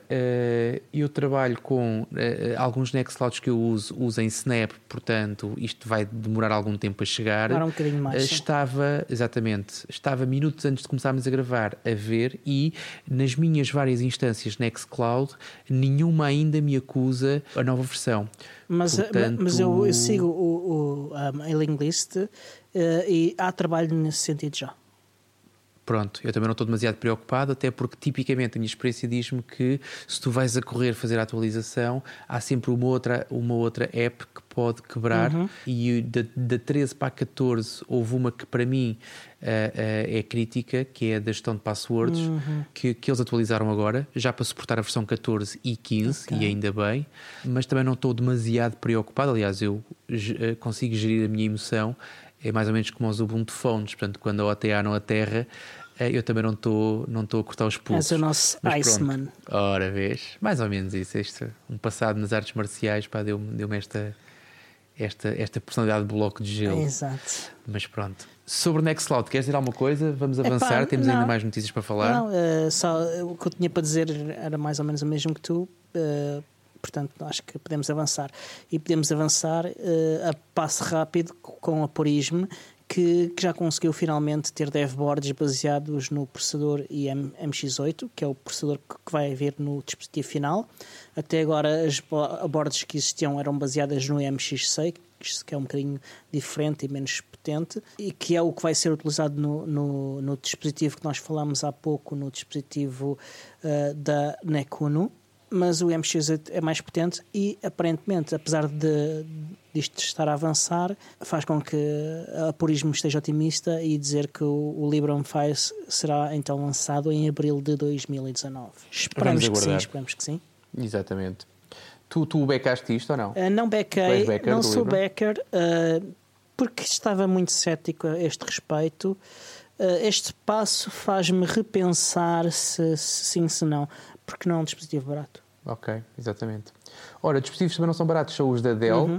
Speaker 2: eu trabalho com alguns Nextclouds que eu uso, uso em Snap, portanto isto vai demorar algum tempo a chegar.
Speaker 1: Demora um bocadinho mais.
Speaker 2: Estava, exatamente, estava minutos antes de começarmos a gravar a ver e nas minhas várias instâncias Nextcloud, nenhuma ainda me acusa a nova versão.
Speaker 1: Mas, portanto... mas eu, eu sigo o, o, a mailing list uh, e há trabalho nesse sentido já.
Speaker 2: Pronto, eu também não estou demasiado preocupado, até porque tipicamente a minha experiência diz-me que se tu vais a correr fazer a atualização, há sempre uma outra, uma outra app que pode quebrar uhum. e da, da treze para a catorze houve uma que para mim uh, uh, é crítica, que é a da gestão de passwords, uhum. que, que eles atualizaram agora, já para suportar a versão catorze e quinze, okay. e ainda bem, mas também não estou demasiado preocupado, aliás eu uh, consigo gerir a minha emoção. É mais ou menos como os Ubuntu Phones, portanto, quando a O T A não aterra, eu também não estou não estou a cortar os pulsos.
Speaker 1: És o nosso Iceman.
Speaker 2: Ora, vês, mais ou menos isso. Este, um passado nas artes marciais, pá, deu-me, deu-me esta, esta, esta personalidade de bloco de gelo.
Speaker 1: Exato.
Speaker 2: Mas pronto. Sobre o Nextcloud, queres dizer alguma coisa? Vamos avançar,
Speaker 1: Epá,
Speaker 2: temos
Speaker 1: não,
Speaker 2: ainda mais notícias para falar.
Speaker 1: Não, uh, só o que eu tinha para dizer era mais ou menos o mesmo que tu. Uh, Portanto, acho que podemos avançar. E podemos avançar uh, a passo rápido com a Purisme, que, que já conseguiu finalmente ter devboards baseados no processador I M X oito, que é o processador que vai haver no dispositivo final. Até agora as boards que existiam eram baseadas no I M X seis, que é um bocadinho diferente e menos potente, e que é o que vai ser utilizado no, no, no dispositivo que nós falámos há pouco, no dispositivo uh, da Nekuno. Mas o I M X oito é mais potente e, aparentemente, apesar de, de isto estar a avançar, faz com que a Purismo esteja otimista e dizer que o, o Librem cinco será então lançado em abril de dois mil e dezanove. Esperamos que sim, esperamos que sim.
Speaker 2: Exatamente. Tu, tu backaste isto ou não?
Speaker 1: Uh, não backei, não sou backer, uh, porque estava muito cético a este respeito. Uh, este passo faz-me repensar se, se sim, se não, porque não é um dispositivo barato.
Speaker 2: Ok, exatamente. Ora, dispositivos também não são baratos, são os da Dell, uhum. uh,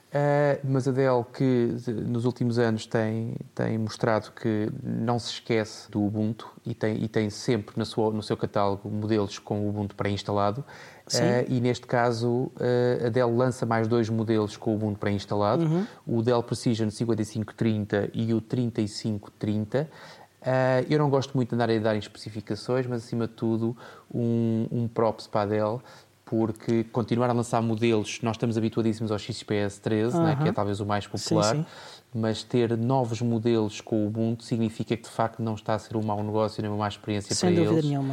Speaker 2: mas a Dell que nos últimos anos tem, tem mostrado que não se esquece do Ubuntu e tem, e tem sempre na sua, no seu catálogo modelos com o Ubuntu pré-instalado. Uh, e neste caso uh, a Dell lança mais dois modelos com o Ubuntu pré-instalado, uhum. o Dell Precision cinquenta e cinco trinta e o trinta e cinco trinta. Uh, eu não gosto muito de andar a dar em especificações, mas acima de tudo um, um props para a Dell, porque continuar a lançar modelos, nós estamos habituadíssimos ao X P S treze, uh-huh. né, que é talvez o mais popular, sim, sim. Mas ter novos modelos com o Ubuntu significa que de facto não está a ser um mau negócio nem uma má experiência
Speaker 1: Sem
Speaker 2: para eles.
Speaker 1: Sem dúvida nenhuma.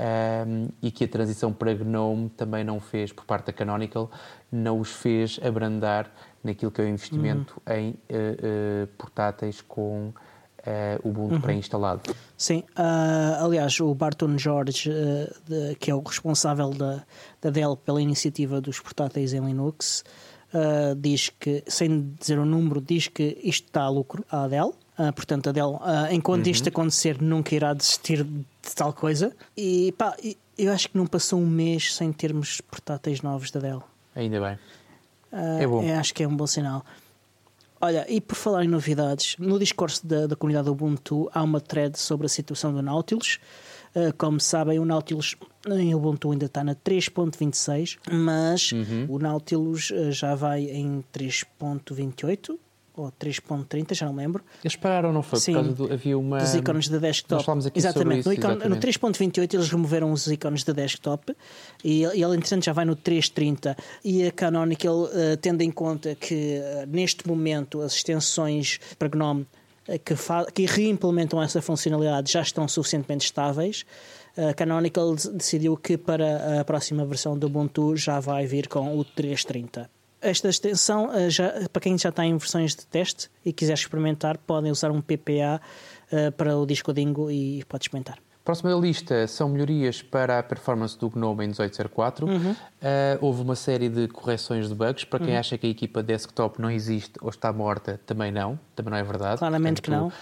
Speaker 2: Um, e que a transição para GNOME também não fez, por parte da Canonical, não os fez abrandar naquilo que é o investimento uhum. em uh, uh, portáteis com uh, Ubuntu uhum. pré-instalado.
Speaker 1: Sim, uh, aliás, o Barton George, uh, de, que é o responsável da, da Dell pela iniciativa dos portáteis em Linux, uh, diz que, sem dizer o número, diz que isto está a lucro à Dell. Uh, portanto, a Dell, uh, enquanto uhum. isto acontecer, nunca irá desistir de tal coisa. E pá, eu acho que não passou um mês sem termos portáteis novos da Dell.
Speaker 2: Ainda bem.
Speaker 1: Uh,
Speaker 2: é bom.
Speaker 1: Eu acho que é um bom sinal. Olha, e por falar em novidades, no Discord da, da comunidade Ubuntu há uma thread sobre a situação do Nautilus. Uh, como sabem, o Nautilus em Ubuntu ainda está na três ponto vinte e seis, mas uhum. o Nautilus uh, já vai em três ponto vinte e oito ou três ponto trinta, já não lembro.
Speaker 2: Eles pararam, não foi?
Speaker 1: Sim,
Speaker 2: por causa do, havia uma...
Speaker 1: dos ícones de desktop.
Speaker 2: Nós falámos aqui
Speaker 1: exatamente.
Speaker 2: sobre isso.
Speaker 1: No, icon,
Speaker 2: exatamente.
Speaker 1: No três ponto vinte e oito eles removeram os ícones de desktop e, e ele, entretanto, já vai no três ponto trinta. E a Canonical, uh, tendo em conta que uh, neste momento as extensões para GNOME uh, que, que reimplementam essa funcionalidade já estão suficientemente estáveis, a Canonical decidiu que para a próxima versão do Ubuntu já vai vir com o três ponto trinta. Esta extensão, já, para quem já está em versões de teste e quiser experimentar, podem usar um P P A uh, para o disco Dingo e pode experimentar.
Speaker 2: Próxima da lista são melhorias para a performance do GNOME em dezoito zero quatro. Uhum. Uh, houve uma série de correções de bugs. Para quem uhum. acha que a equipa desktop não existe ou está morta, também não. Também não é verdade.
Speaker 1: Claramente Portanto, que não.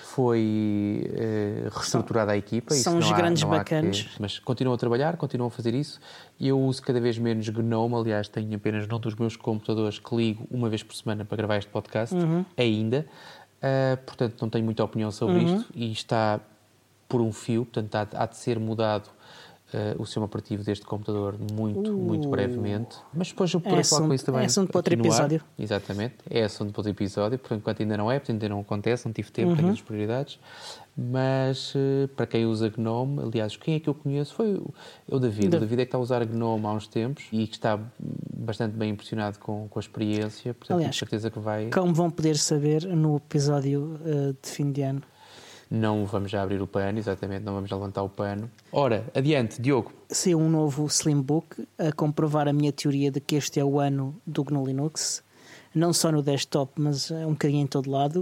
Speaker 2: Foi uh, reestruturada a equipa.
Speaker 1: São os grandes bacanas.
Speaker 2: Que... Mas continuam a trabalhar, continuam a fazer isso. Eu uso cada vez menos GNOME. Aliás, tenho apenas num dos meus computadores que ligo uma vez por semana para gravar este podcast. Uhum. Ainda. Uh, portanto, não tenho muita opinião sobre uhum. isto. E está... por um fio, portanto há, há de ser mudado uh, o sistema operativo deste computador muito, uh, muito brevemente. Mas depois eu poderei é falar com isso também.
Speaker 1: É assunto para outro episódio.
Speaker 2: Exatamente, é assunto para outro episódio, por enquanto ainda não é, portanto ainda não acontece, não tive tempo, uhum. tenho as prioridades. Mas uh, para quem usa GNOME, aliás, quem é que eu conheço foi o, é o David. Da... O David é que está a usar GNOME há uns tempos e que está bastante bem impressionado com, com a experiência, portanto
Speaker 1: aliás,
Speaker 2: tenho certeza que vai...
Speaker 1: Como vão poder saber no episódio uh, de fim de ano.
Speaker 2: Não vamos já abrir o pano, exatamente, não vamos já levantar o pano. Ora, adiante, Diogo.
Speaker 1: Saiu um novo Slimbook a comprovar a minha teoria de que este é o ano do G N U Linux. Não só no desktop, mas um bocadinho em todo lado.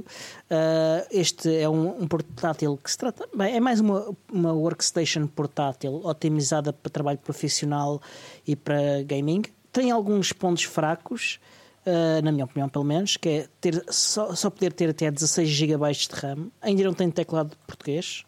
Speaker 1: Uh, este é um, um portátil que se trata... Bem, é mais uma, uma workstation portátil otimizada para trabalho profissional e para gaming. Tem alguns pontos fracos, Uh, na minha opinião pelo menos, que é ter, só, só poder ter até dezasseis gigabytes de RAM. Ainda não tem teclado de português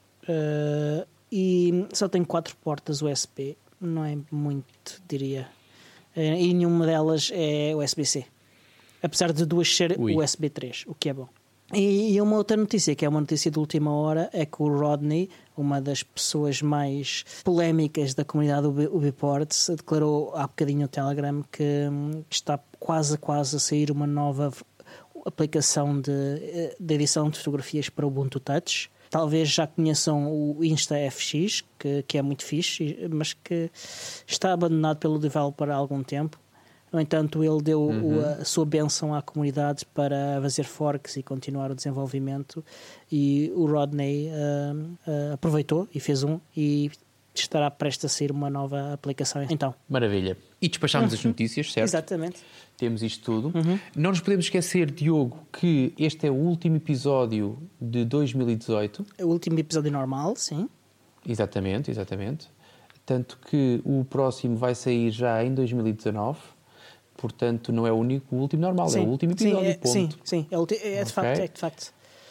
Speaker 1: uh, e só tem quatro portas U S B. Não é muito, diria. Uh, e nenhuma delas é U S B C, apesar de duas ser Ui. U S B três, o que é bom. E, e uma outra notícia, que é uma notícia de última hora, é que o Rodney, uma das pessoas mais polémicas da comunidade Ubiports, declarou há bocadinho no Telegram que hum, está quase quase a sair uma nova aplicação de, de edição de fotografias para o Ubuntu Touch. Talvez já conheçam o InstaFX, que, que é muito fixe, mas que está abandonado pelo developer há algum tempo. No entanto, ele deu uhum. a sua bênção à comunidade para fazer forks e continuar o desenvolvimento, e o Rodney uh, uh, aproveitou e fez um e estará prestes a sair uma nova aplicação. Então,
Speaker 2: maravilha. E despachámos uhum. as notícias, certo?
Speaker 1: Exatamente.
Speaker 2: Temos isto tudo.
Speaker 1: Uhum.
Speaker 2: Não nos podemos esquecer, Diogo, que este é o último episódio de dois mil e dezoito.
Speaker 1: É o último episódio normal, sim.
Speaker 2: Exatamente, exatamente. Tanto que o próximo vai sair já em dois mil e dezanove. Portanto, não é o único, o último normal,
Speaker 1: sim,
Speaker 2: é o último episódio,
Speaker 1: sim, é,
Speaker 2: ponto.
Speaker 1: Sim, sim, é, ulti- é, de okay. facto, é de facto.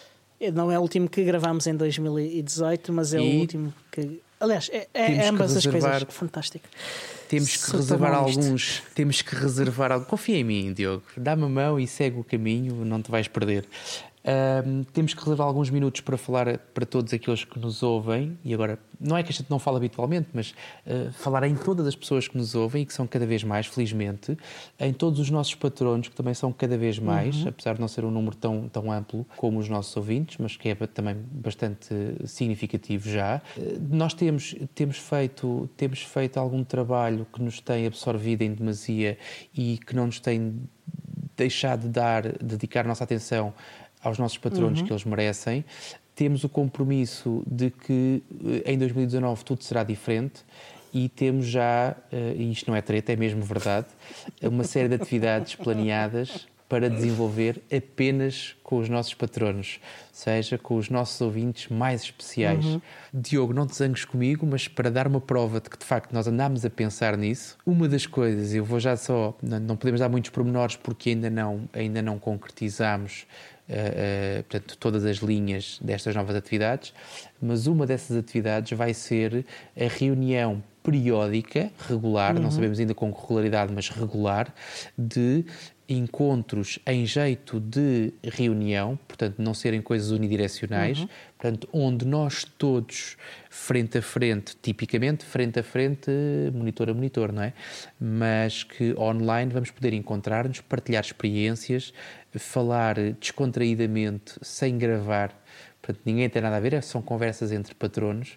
Speaker 1: Não é o último que gravámos em dois mil e dezoito, mas é e o último que... Aliás, é, é ambas reservar, as coisas. Fantástico.
Speaker 2: Temos que Sou reservar alguns... Temos que reservar... Confia em mim, Diogo. Dá-me a mão e segue o caminho, não te vais perder. Um, temos que reservar alguns minutos para falar para todos aqueles que nos ouvem, e agora, não é que a gente não fala habitualmente, mas uh, falar em todas as pessoas que nos ouvem e que são cada vez mais, felizmente, em todos os nossos patronos, que também são cada vez mais, uhum. apesar de não ser um número tão, tão amplo como os nossos ouvintes, mas que é também bastante significativo já. Uh, nós temos, temos, feito, temos feito algum trabalho que nos tem absorvido em demasia e que não nos tem deixado de dar, dedicar a nossa atenção aos nossos patronos uhum. que eles merecem. Temos o compromisso de que em dois mil e dezanove tudo será diferente e temos já, e isto não é treta, é mesmo verdade, uma série de atividades planeadas para desenvolver apenas com os nossos patronos, ou seja, com os nossos ouvintes mais especiais. Uhum. Diogo, não te zangues comigo, mas para dar uma prova de que de facto nós andámos a pensar nisso, uma das coisas, eu vou já só, não podemos dar muitos pormenores porque ainda não, ainda não concretizamos Uh, uh, portanto, todas as linhas destas novas atividades, mas uma dessas atividades vai ser a reunião periódica, regular, uhum. não sabemos ainda com regularidade, mas regular, de encontros em jeito de reunião, portanto, não serem coisas unidirecionais, uhum. portanto, onde nós todos, frente a frente, tipicamente, frente a frente, monitor a monitor, não é? Mas que online vamos poder encontrar-nos, partilhar experiências, falar descontraídamente, sem gravar, portanto, ninguém tem nada a ver, são conversas entre patronos,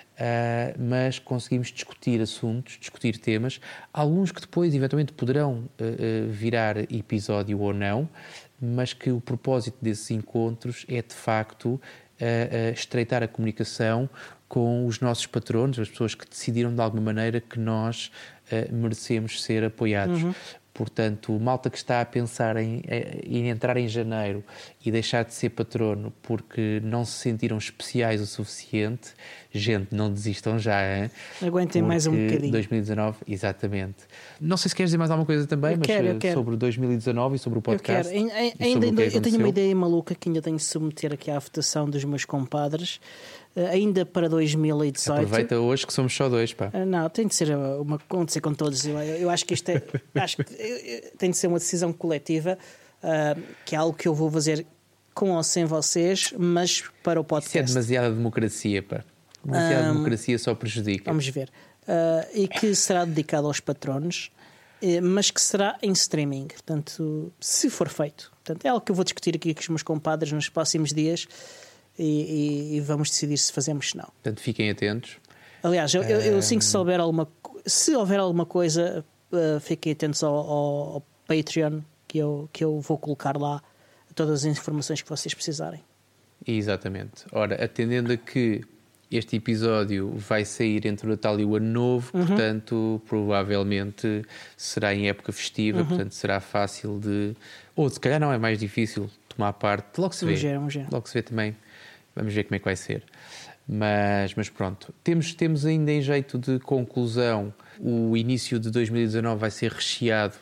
Speaker 2: Uh, mas conseguimos discutir assuntos, discutir temas, alguns que depois eventualmente poderão uh, uh, virar episódio ou não, mas que o propósito desses encontros é de facto uh, uh, estreitar a comunicação com os nossos patronos, as pessoas que decidiram de alguma maneira que nós uh, merecemos ser apoiados. Uhum. Portanto, malta que está a pensar em, em entrar em janeiro e deixar de ser patrono porque não se sentiram especiais o suficiente, gente, não desistam já, hein?
Speaker 1: Aguentem mais um bocadinho.
Speaker 2: dois mil e dezanove, exatamente. Não sei se queres dizer mais alguma coisa também,
Speaker 1: eu
Speaker 2: mas
Speaker 1: quero, eu quero.
Speaker 2: sobre dois mil e dezanove e sobre o podcast.
Speaker 1: Eu quero. Ainda, ainda, eu tenho uma ideia maluca que ainda tenho de submeter aqui à votação dos meus compadres. Uh, ainda para dois mil e dezoito.
Speaker 2: Aproveita hoje que somos só dois, pá.
Speaker 1: Uh, não, tem de ser uma, tem de ser com todos. Eu, eu acho que isto é, acho que tem de ser uma decisão coletiva, uh, que é algo que eu vou fazer com ou sem vocês, mas para o podcast.
Speaker 2: Isso é demasiada democracia, pá. Demasiada um, democracia só prejudica.
Speaker 1: Vamos ver. Uh, e que será dedicado aos patronos, uh, mas que será em streaming. Portanto, se for feito. Portanto, é algo que eu vou discutir aqui com os meus compadres nos próximos dias. E, e, e vamos decidir se fazemos ou não.
Speaker 2: Portanto, fiquem atentos.
Speaker 1: Aliás, eu, eu, eu assim que souber alguma, se houver alguma coisa, uh, fiquem atentos ao, ao, ao Patreon, que eu, que eu vou colocar lá todas as informações que vocês precisarem.
Speaker 2: Exatamente. Ora, atendendo a que este episódio vai sair entre o Natal e o Ano Novo, uhum. portanto, provavelmente será em época festiva, uhum. portanto, será fácil de... Ou se calhar não, é mais difícil tomar parte. Logo se vê.
Speaker 1: Vamos ver, vamos ver.
Speaker 2: Logo se vê também. Vamos ver como é que vai ser. Mas, mas pronto. Temos, temos ainda em jeito de conclusão, o início de dois mil e dezanove vai ser recheado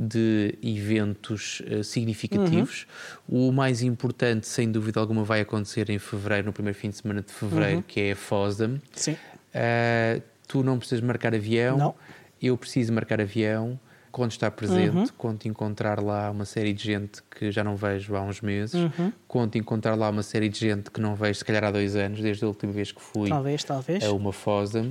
Speaker 2: de eventos uh, significativos. Uhum. O mais importante, sem dúvida alguma, vai acontecer em fevereiro, no primeiro fim de semana de fevereiro, uhum. que é a FOSDEM.
Speaker 1: Sim.
Speaker 2: Uh, tu não precisas marcar avião.
Speaker 1: Não.
Speaker 2: Eu preciso marcar avião. Conto estar presente, uhum. conto encontrar lá uma série de gente que já não vejo há uns meses,
Speaker 1: uhum.
Speaker 2: conto encontrar lá uma série de gente que não vejo se calhar há dois anos, desde a última vez que fui
Speaker 1: talvez, talvez.
Speaker 2: a uma FOSDEM,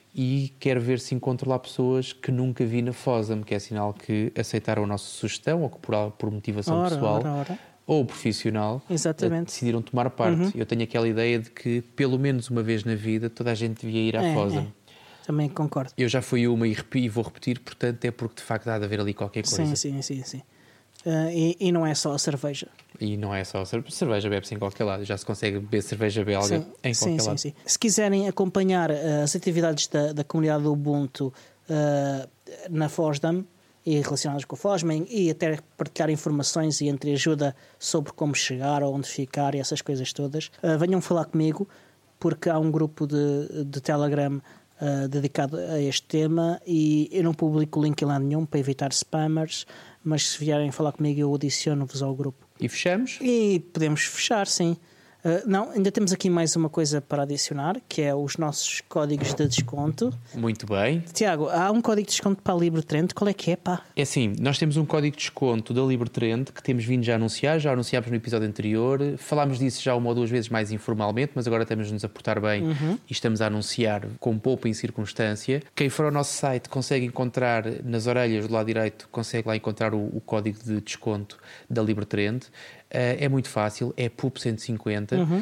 Speaker 2: e quero ver se encontro lá pessoas que nunca vi na FOSDEM, que é sinal que aceitaram a nossa sugestão ou que por, por motivação
Speaker 1: ora,
Speaker 2: pessoal
Speaker 1: ora, ora.
Speaker 2: ou profissional
Speaker 1: Exatamente.
Speaker 2: decidiram tomar parte.
Speaker 1: Uhum.
Speaker 2: Eu tenho aquela ideia de que pelo menos uma vez na vida toda a gente devia ir à
Speaker 1: é,
Speaker 2: FOSDEM.
Speaker 1: É. Também concordo.
Speaker 2: Eu já fui uma e, repito, e vou repetir, portanto é porque de facto há de haver ali qualquer coisa.
Speaker 1: Sim, sim, sim, sim. Uh, e, e não é só a cerveja.
Speaker 2: E não é só a cerveja, cerveja bebe-se em qualquer lado, já se consegue beber cerveja belga
Speaker 1: sim,
Speaker 2: em qualquer
Speaker 1: sim,
Speaker 2: lado.
Speaker 1: Sim, sim. Se quiserem acompanhar uh, as atividades da, da comunidade do Ubuntu uh, na FOSDEM e relacionadas com a FOSDEM e até partilhar informações e entre ajuda sobre como chegar, onde ficar e essas coisas todas, uh, venham falar comigo, porque há um grupo de, de Telegram Uh, dedicado a este tema e eu não publico o link em lado nenhum para evitar spammers, mas se vierem falar comigo eu adiciono-vos ao grupo.
Speaker 2: E fechamos?
Speaker 1: E podemos fechar, sim. Uh, não, ainda temos aqui mais uma coisa para adicionar, que é os nossos códigos de desconto.
Speaker 2: Muito bem.
Speaker 1: Tiago, há um código de desconto para a LibreTrend, qual é que é, pá?
Speaker 2: É assim, nós temos um código de desconto da LibreTrend que temos vindo já a anunciar, já anunciámos no episódio anterior, falámos disso já uma ou duas vezes mais informalmente, mas agora estamos-nos a portar bem uhum. e estamos a anunciar com poupa em circunstância. Quem for ao nosso site consegue encontrar, nas orelhas do lado direito, consegue lá encontrar o, o código de desconto da LibreTrend. Uh, é muito fácil, é P U P cento e cinquenta. Uhum. Uh,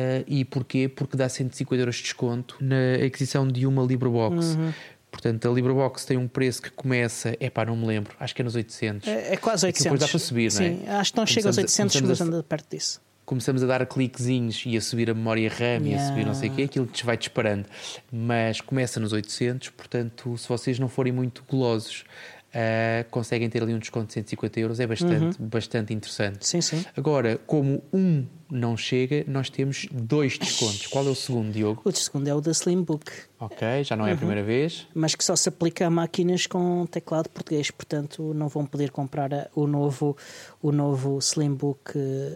Speaker 2: e porquê? Porque dá cento e cinquenta euros de desconto na aquisição de uma LibreBox. Uhum. Portanto, a LibreBox tem um preço que começa, é pá, não me lembro, acho que é nos oitocentos.
Speaker 1: É, é quase oitocentos.
Speaker 2: Depois dá para subir,
Speaker 1: Sim,
Speaker 2: não é?
Speaker 1: Acho que não chega aos oitocentos, mas
Speaker 2: a,
Speaker 1: anda perto disso.
Speaker 2: Começamos a dar cliquezinhos e a subir a memória RAM yeah. e a subir não sei o quê, aquilo que vai disparando. Mas começa nos oitocentos, portanto, se vocês não forem muito golosos, Uh, conseguem ter ali um desconto de cento e cinquenta euros, é bastante, uhum. bastante interessante.
Speaker 1: Sim, sim.
Speaker 2: Agora, como um não chega, nós temos dois descontos. Qual é o segundo, Diogo?
Speaker 1: O segundo é o da Slimbook.
Speaker 2: Ok, já não é uhum. a primeira vez.
Speaker 1: Mas que só se aplica a máquinas com teclado português, portanto não vão poder comprar o novo, o novo Slimbook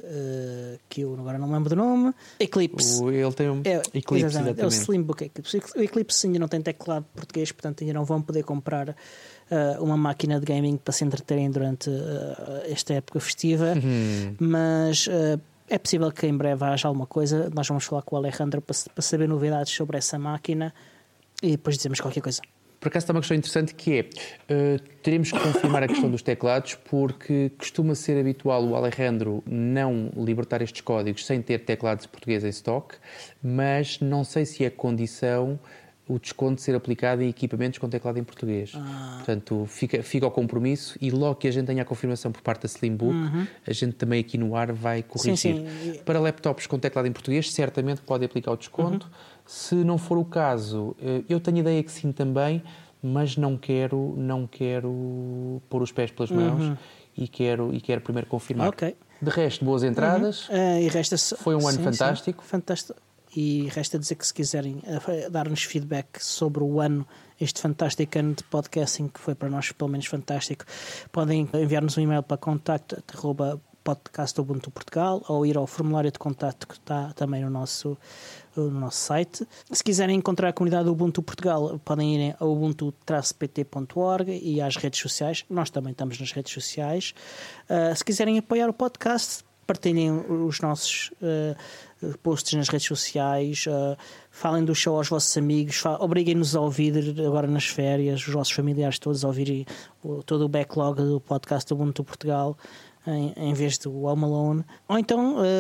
Speaker 1: uh, que eu agora não lembro do nome. Eclipse.
Speaker 2: O, ele tem um
Speaker 1: é,
Speaker 2: Eclipse, exatamente.
Speaker 1: exatamente. É o Slimbook Eclipse. O Eclipse ainda não tem teclado português, portanto ainda não vão poder comprar Uh, uma máquina de gaming para se entreterem durante uh, esta época festiva, uhum. mas uh, é possível que em breve haja alguma coisa. Nós vamos falar com o Alejandro para, para saber novidades sobre essa máquina e depois dizemos qualquer coisa.
Speaker 2: Por acaso está uma questão interessante que é, uh, teremos que confirmar a questão dos teclados, porque costuma ser habitual o Alejandro não libertar estes códigos sem ter teclados portugueses em stock, mas não sei se é condição o desconto ser aplicado em equipamentos com teclado em português. Ah. Portanto, fica, fica ao compromisso e logo que a gente tenha a confirmação por parte da Slimbook, uhum. a gente também aqui no ar vai corrigir. Sim, sim. Para laptops com teclado em português, certamente pode aplicar o desconto. Uhum. Se não for o caso, eu tenho ideia que sim também, mas não quero, não quero pôr os pés pelas mãos uhum. e, quero, e quero primeiro confirmar.
Speaker 1: Okay.
Speaker 2: De resto, boas entradas.
Speaker 1: Uhum. Uh, e resta
Speaker 2: Foi um ano
Speaker 1: sim,
Speaker 2: fantástico.
Speaker 1: Sim. Fantástico. E resta dizer que se quiserem uh, dar-nos feedback sobre o ano, este fantástico ano de podcasting, que foi para nós pelo menos fantástico, podem enviar-nos um e-mail para contacto arroba podcast Ubuntu Portugal ou ir ao formulário de contacto que está também no nosso, no nosso site. Se quiserem encontrar a comunidade do Ubuntu Portugal, podem ir a ubuntu traço p t ponto org e às redes sociais. Nós também estamos nas redes sociais. Uh, se quiserem apoiar o podcast, partilhem os nossos uh, posts nas redes sociais, uh, falem do show aos vossos amigos, obriguem-nos a ouvir agora nas férias, os vossos familiares todos a ouvirem o, todo o backlog do podcast do Ubuntu Portugal em, em vez do Home Alone. Ou então, uh,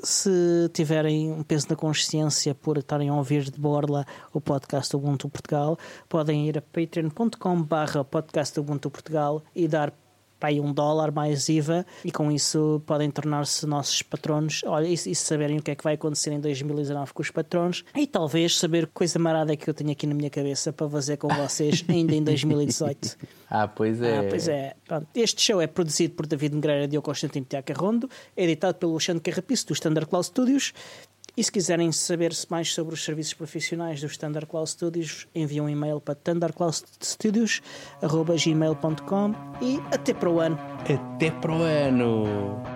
Speaker 1: se tiverem um peso na consciência por estarem a ouvir de borla o podcast do Ubuntu Portugal, podem ir a patreon ponto com barra podcast do Ubuntu Portugal e dar aí um dólar mais I V A e com isso podem tornar-se nossos patronos. Olha, e, e saberem o que é que vai acontecer em dois mil e dezanove com os patronos e talvez saber coisa marada que eu tenho aqui na minha cabeça para fazer com vocês ainda em dois mil e dezoito.
Speaker 2: Ah, pois é.
Speaker 1: Ah, pois é. Pronto. Este show é produzido por David Negreira, Diogo Constantino e Tiago Carrondo, é editado pelo Alexandre Carrapiço do Standard Cloud Studios. E se quiserem saber mais sobre os serviços profissionais do Standard Cloud Studios, enviam um e-mail para standard cloud studios arroba gmail ponto com e até para o ano.
Speaker 2: Até para o ano!